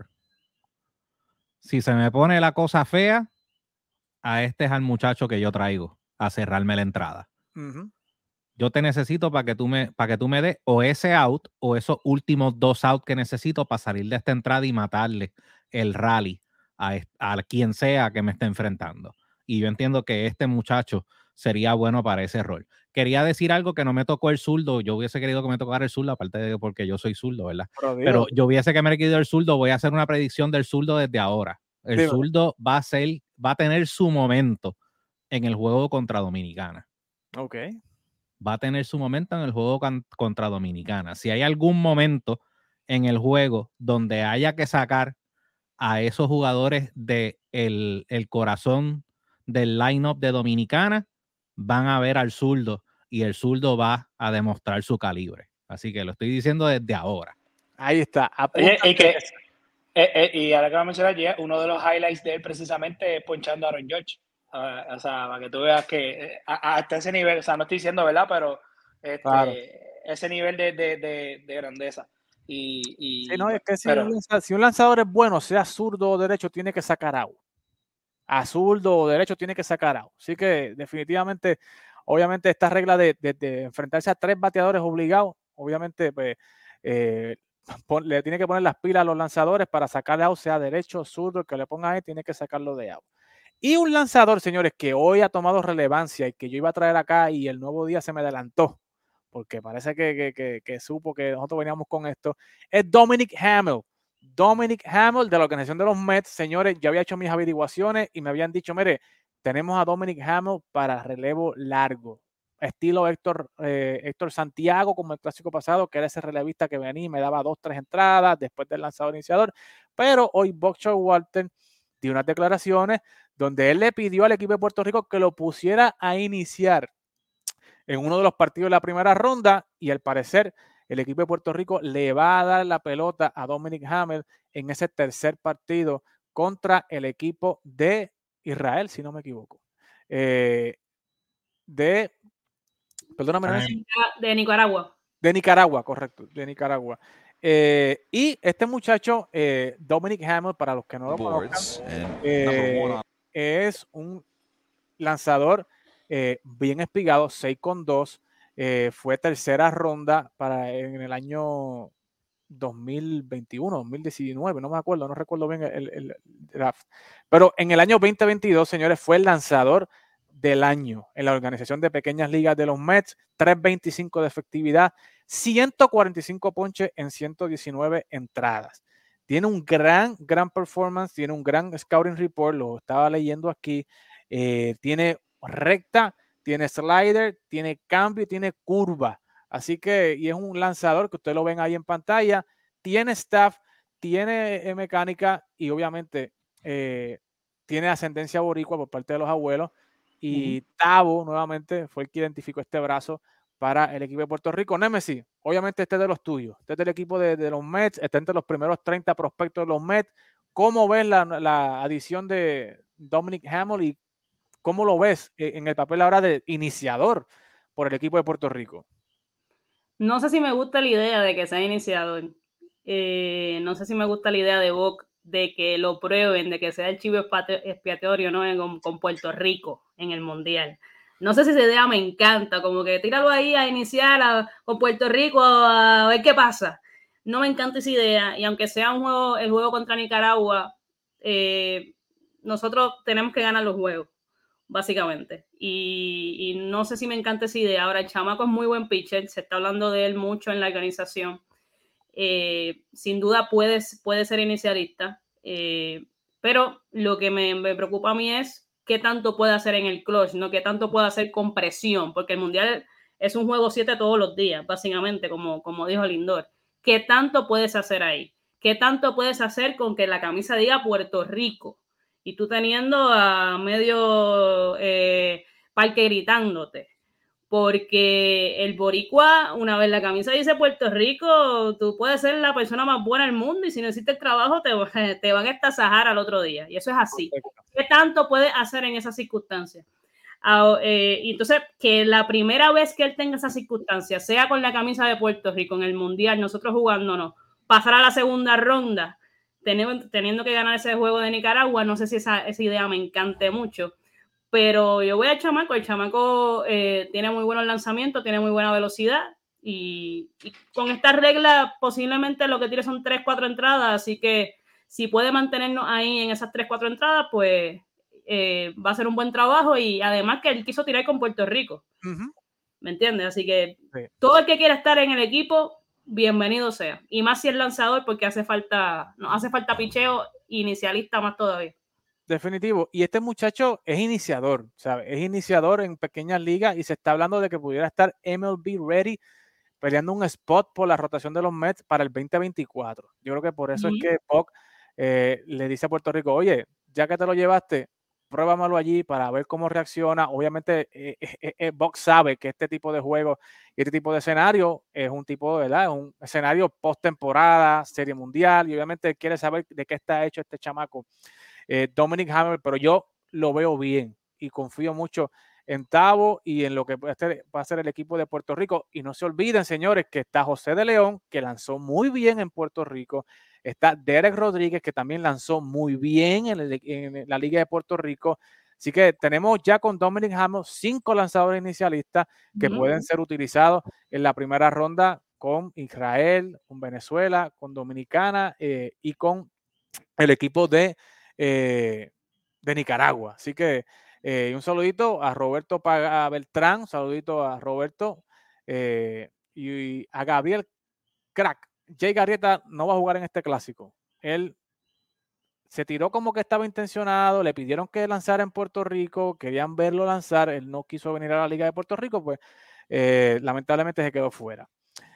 Si se me pone la cosa fea, a este es al muchacho que yo traigo a cerrarme la entrada. Yo te necesito para que tú me des o ese out o esos últimos 2 outs que necesito para salir de esta entrada y matarle el rally a quien sea que me esté enfrentando. Y yo entiendo que este muchacho sería bueno para ese rol. Quería decir algo que no me tocó el zurdo. Yo hubiese querido que me tocara el zurdo, aparte de porque yo soy zurdo, ¿verdad? Pero yo hubiese que me querido el zurdo. Voy a hacer una predicción del zurdo desde ahora. El zurdo va a tener su momento en el juego contra Dominicana. Ok. Va a tener su momento en el juego contra Dominicana. Si hay algún momento en el juego donde haya que sacar a esos jugadores del el corazón del lineup de Dominicana, van a ver al zurdo y el zurdo va a demostrar su calibre. Así que lo estoy diciendo desde ahora. Ahí está. Oye, y ahora que va a mencionar, uno de los highlights de él precisamente es ponchando a Aaron Judge. O sea, para que tú veas que hasta ese nivel, o sea, no estoy diciendo, ¿verdad? Pero claro, ese nivel de grandeza. Sí, no, es que si un lanzador es bueno, sea zurdo o derecho, tiene que sacar out. A zurdo o derecho tiene que sacar out. Así que definitivamente, obviamente, esta regla de enfrentarse a 3 bateadores obligados, obviamente, pues, le tiene que poner las pilas a los lanzadores para sacar out, sea derecho o zurdo, el que le ponga ahí tiene que sacarlo de out. Y un lanzador, señores, que hoy ha tomado relevancia y que yo iba a traer acá y el Nuevo Día se me adelantó, porque parece que supo que nosotros veníamos con esto, es Dominic Hamill. Dominic Hamill de la organización de los Mets, señores, yo había hecho mis averiguaciones y me habían dicho, mire, tenemos a Dominic Hamill para relevo largo, estilo Héctor Santiago, como el clásico pasado, que era ese relevista que venía y me daba 2-3 entradas después del lanzador iniciador, pero hoy Buck Showalter dio unas declaraciones donde él le pidió al equipo de Puerto Rico que lo pusiera a iniciar en uno de los partidos de la primera ronda y al parecer el equipo de Puerto Rico le va a dar la pelota a Dominic Hamill en ese tercer partido contra el equipo de Israel, si no me equivoco. Perdóname. De Nicaragua. De Nicaragua, correcto, de Nicaragua. Y este muchacho, Dominic Hamill, para los que no lo conozcan, es un lanzador bien espigado, 6-2, fue tercera ronda en el año 2021, 2019, no me acuerdo, no recuerdo bien el draft. Pero en el año 2022, señores, fue el lanzador del año en la organización de pequeñas ligas de los Mets, 3.25 de efectividad, 145 ponches en 119 entradas. Tiene un gran performance, tiene un gran scouting report, lo estaba leyendo aquí, tiene recta, tiene slider, tiene cambio y tiene curva. Así que, y es un lanzador que ustedes lo ven ahí en pantalla, tiene staff, tiene mecánica y obviamente tiene ascendencia boricua por parte de los abuelos. Y Tavo nuevamente fue el que identificó este brazo para el equipo de Puerto Rico. Nemesis, obviamente este es de los tuyos, este es del equipo de los Mets, está entre los primeros 30 prospectos de los Mets. ¿Cómo ves la adición de Dominic Hamel y cómo lo ves en el papel ahora de iniciador por el equipo de Puerto Rico? No sé si me gusta la idea de que sea iniciador. No sé si me gusta la idea de Boc de que lo prueben, de que sea el chivo expiatorio, ¿no? Con Puerto Rico en el Mundial. No sé si esa idea me encanta, como que tíralo ahí a iniciar con Puerto Rico a ver qué pasa. No me encanta esa idea, y aunque sea el juego contra Nicaragua, nosotros tenemos que ganar los juegos, básicamente. Y no sé si me encanta esa idea. Ahora, el chamaco es muy buen pitcher, se está hablando de él mucho en la organización. Sin duda puede ser inicialista, pero lo que me preocupa a mí es qué tanto puede hacer en el clutch, ¿no? Qué tanto puede hacer con presión, porque el Mundial es un juego 7 todos los días, básicamente, como dijo Lindor. ¿Qué tanto puedes hacer ahí? ¿Qué tanto puedes hacer con que la camisa diga Puerto Rico? Y tú teniendo a medio parque gritándote. Porque el boricua, una vez la camisa dice Puerto Rico, tú puedes ser la persona más buena del mundo y si no hiciste el trabajo te van a estasajar al otro día. Y eso es así. ¿Qué tanto puedes hacer en esas circunstancias? Y entonces, que la primera vez que él tenga esa circunstancia, sea con la camisa de Puerto Rico en el Mundial, nosotros jugándonos, pasar a la segunda ronda, teniendo que ganar ese juego de Nicaragua, no sé si esa idea me encante mucho. Pero yo voy al chamaco, el chamaco tiene muy buenos lanzamientos, tiene muy buena velocidad y con esta regla posiblemente lo que tiene son 3-4 entradas, así que si puede mantenernos ahí en esas 3-4 entradas, pues va a ser un buen trabajo y además que él quiso tirar con Puerto Rico, ¿me entiendes? Así que todo el que quiera estar en el equipo, bienvenido sea, y más si es lanzador porque nos hace falta picheo inicialista más todavía. Definitivo. Y este muchacho es iniciador, ¿sabes? Es iniciador en pequeñas ligas y se está hablando de que pudiera estar MLB ready peleando un spot por la rotación de los Mets para el 2024. Yo creo que por eso es que Boc le dice a Puerto Rico, oye, ya que te lo llevaste, pruébamelo allí para ver cómo reacciona. Obviamente Boc sabe que este tipo de juego y este tipo de escenario es un tipo, ¿verdad? Es un escenario post-temporada, serie mundial y obviamente quiere saber de qué está hecho este chamaco. Dominic Hamel, pero yo lo veo bien y confío mucho en Tavo y en lo que va a ser el equipo de Puerto Rico. Y no se olviden, señores, que está José de León, que lanzó muy bien en Puerto Rico. Está Derek Rodríguez, que también lanzó muy bien en la Liga de Puerto Rico. Así que tenemos ya con Dominic Hamel 5 lanzadores inicialistas que pueden ser utilizados en la primera ronda con Israel, con Venezuela, con Dominicana y con el equipo de Nicaragua. Así que un saludito a Roberto Paga Beltrán, un saludito a Roberto y a Gabriel Crack. Jay Garrieta no va a jugar en este clásico. Él se tiró como que estaba intencionado, le pidieron que lanzara en Puerto Rico, querían verlo lanzar, él no quiso venir a la Liga de Puerto Rico, pues lamentablemente se quedó fuera.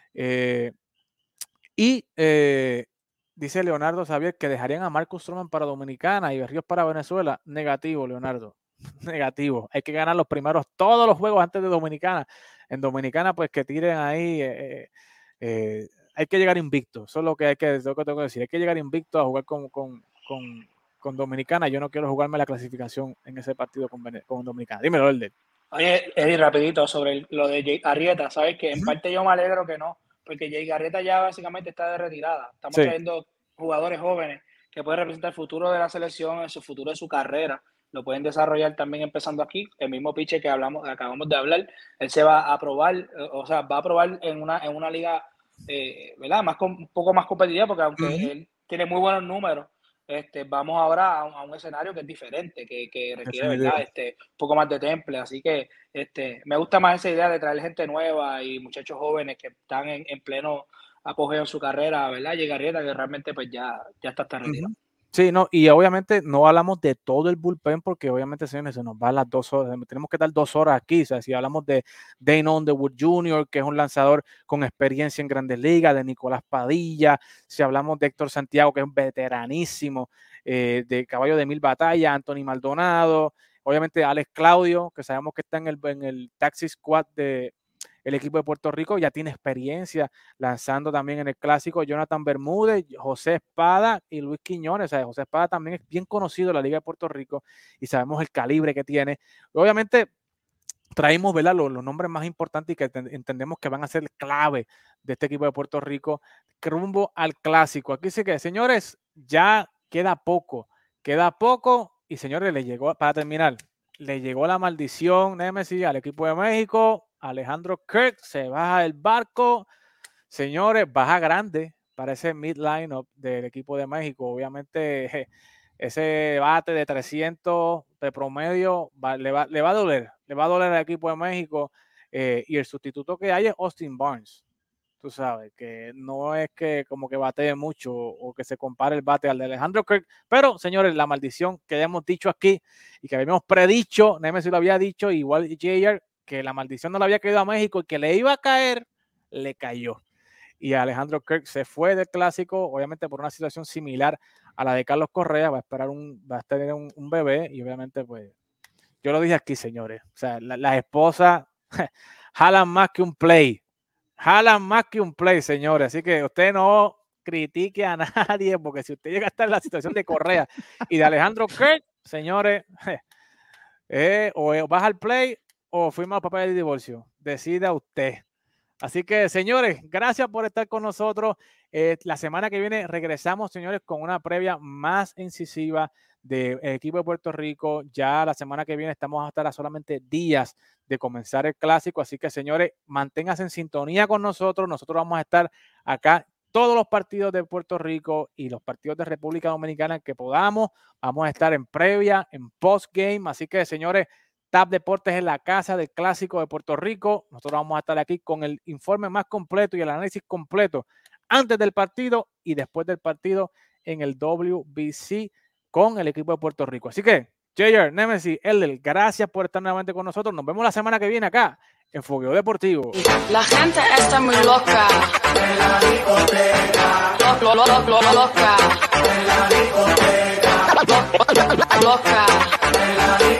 Dice Leonardo Xavier que dejarían a Marcus Stroman para Dominicana y Berríos para Venezuela. Negativo, Leonardo. Negativo. Hay que ganar todos los juegos antes de Dominicana. En Dominicana, pues que tiren ahí. Hay que llegar invicto. Eso es lo que tengo que decir. Hay que llegar invicto a jugar con Dominicana. Yo no quiero jugarme la clasificación en ese partido con Dominicana. Dímelo, Elder. Oye, Eddie, rapidito sobre lo de Jay Garrieta. Sabes que en parte yo me alegro que no, porque Jay Garrieta ya básicamente está de retirada. Estamos trayendo jugadores jóvenes que pueden representar el futuro de la selección, el futuro de su carrera. Lo pueden desarrollar también empezando aquí. El mismo pitcher que acabamos de hablar, él se va a probar, va a probar en una liga, ¿verdad? Un poco más competitiva, porque aunque él tiene muy buenos números, vamos ahora a un escenario que es diferente, que requiere, ¿verdad? Un poco más de temple. Así que me gusta más esa idea de traer gente nueva y muchachos jóvenes que están en pleno apogeo en su carrera, ¿verdad? Jay Garrieta, que realmente pues ya está retirado. Sí, no, y obviamente no hablamos de todo el bullpen porque obviamente, señores, se nos van las 2 horas, tenemos que dar 2 horas aquí, o sea, si hablamos de Dane Underwood Jr., que es un lanzador con experiencia en Grandes Ligas, de Nicolás Padilla, si hablamos de Héctor Santiago, que es un veteranísimo, de caballo de 1000 batallas, Anthony Maldonado, obviamente Alex Claudio, que sabemos que está en el taxi squad de el equipo de Puerto Rico, ya tiene experiencia lanzando también en el clásico, Jonathan Bermúdez, José Espada y Luis Quiñones. O sea, José Espada también es bien conocido en la Liga de Puerto Rico y sabemos el calibre que tiene. Obviamente traímos, ¿verdad?, los nombres más importantes y que entendemos que van a ser clave de este equipo de Puerto Rico rumbo al clásico. Aquí sí que, señores, ya queda poco y, señores, le llegó, para terminar, le llegó la maldición, Némesis, al equipo de México. Alejandro Kirk se baja del barco. Señores, baja grande para ese mid-lineup del equipo de México. Obviamente, ese bate de 300 de promedio le va a doler al equipo de México. Y el sustituto que hay es Austin Barnes. Tú sabes, que no es que como que batee mucho o que se compare el bate al de Alejandro Kirk. Pero, señores, la maldición que hemos dicho aquí y que habíamos predicho, Nemesis lo había dicho, igual JR, que la maldición no le había caído a México y que le iba a caer, le cayó. Y Alejandro Kirk se fue del clásico, obviamente por una situación similar a la de Carlos Correa, va a tener un bebé y obviamente pues yo lo dije aquí, señores, o sea, las esposas jalan más que un play, señores, así que usted no critique a nadie, porque si usted llega a estar en la situación de Correa y de Alejandro Kirk, señores, o baja al play o firma los papeles de divorcio, decida usted. Así que, señores, gracias por estar con nosotros. La semana que viene regresamos, señores, con una previa más incisiva del equipo de Puerto Rico. Ya la semana que viene estamos a estar a solamente días de comenzar el clásico. Así que, señores, manténganse en sintonía con nosotros. Nosotros vamos a estar acá todos los partidos de Puerto Rico y los partidos de República Dominicana que podamos. Vamos a estar en previa, en postgame. Así que, señores, TAP Deportes es la casa del clásico de Puerto Rico. Nosotros vamos a estar aquí con el informe más completo y el análisis completo antes del partido y después del partido en el WBC con el equipo de Puerto Rico. Así que, JR, Nemesis, Elder, gracias por estar nuevamente con nosotros. Nos vemos la semana que viene acá en Fogueo Deportivo. La gente está muy loca. En la discoteca. Loca. En la discoteca. Loca.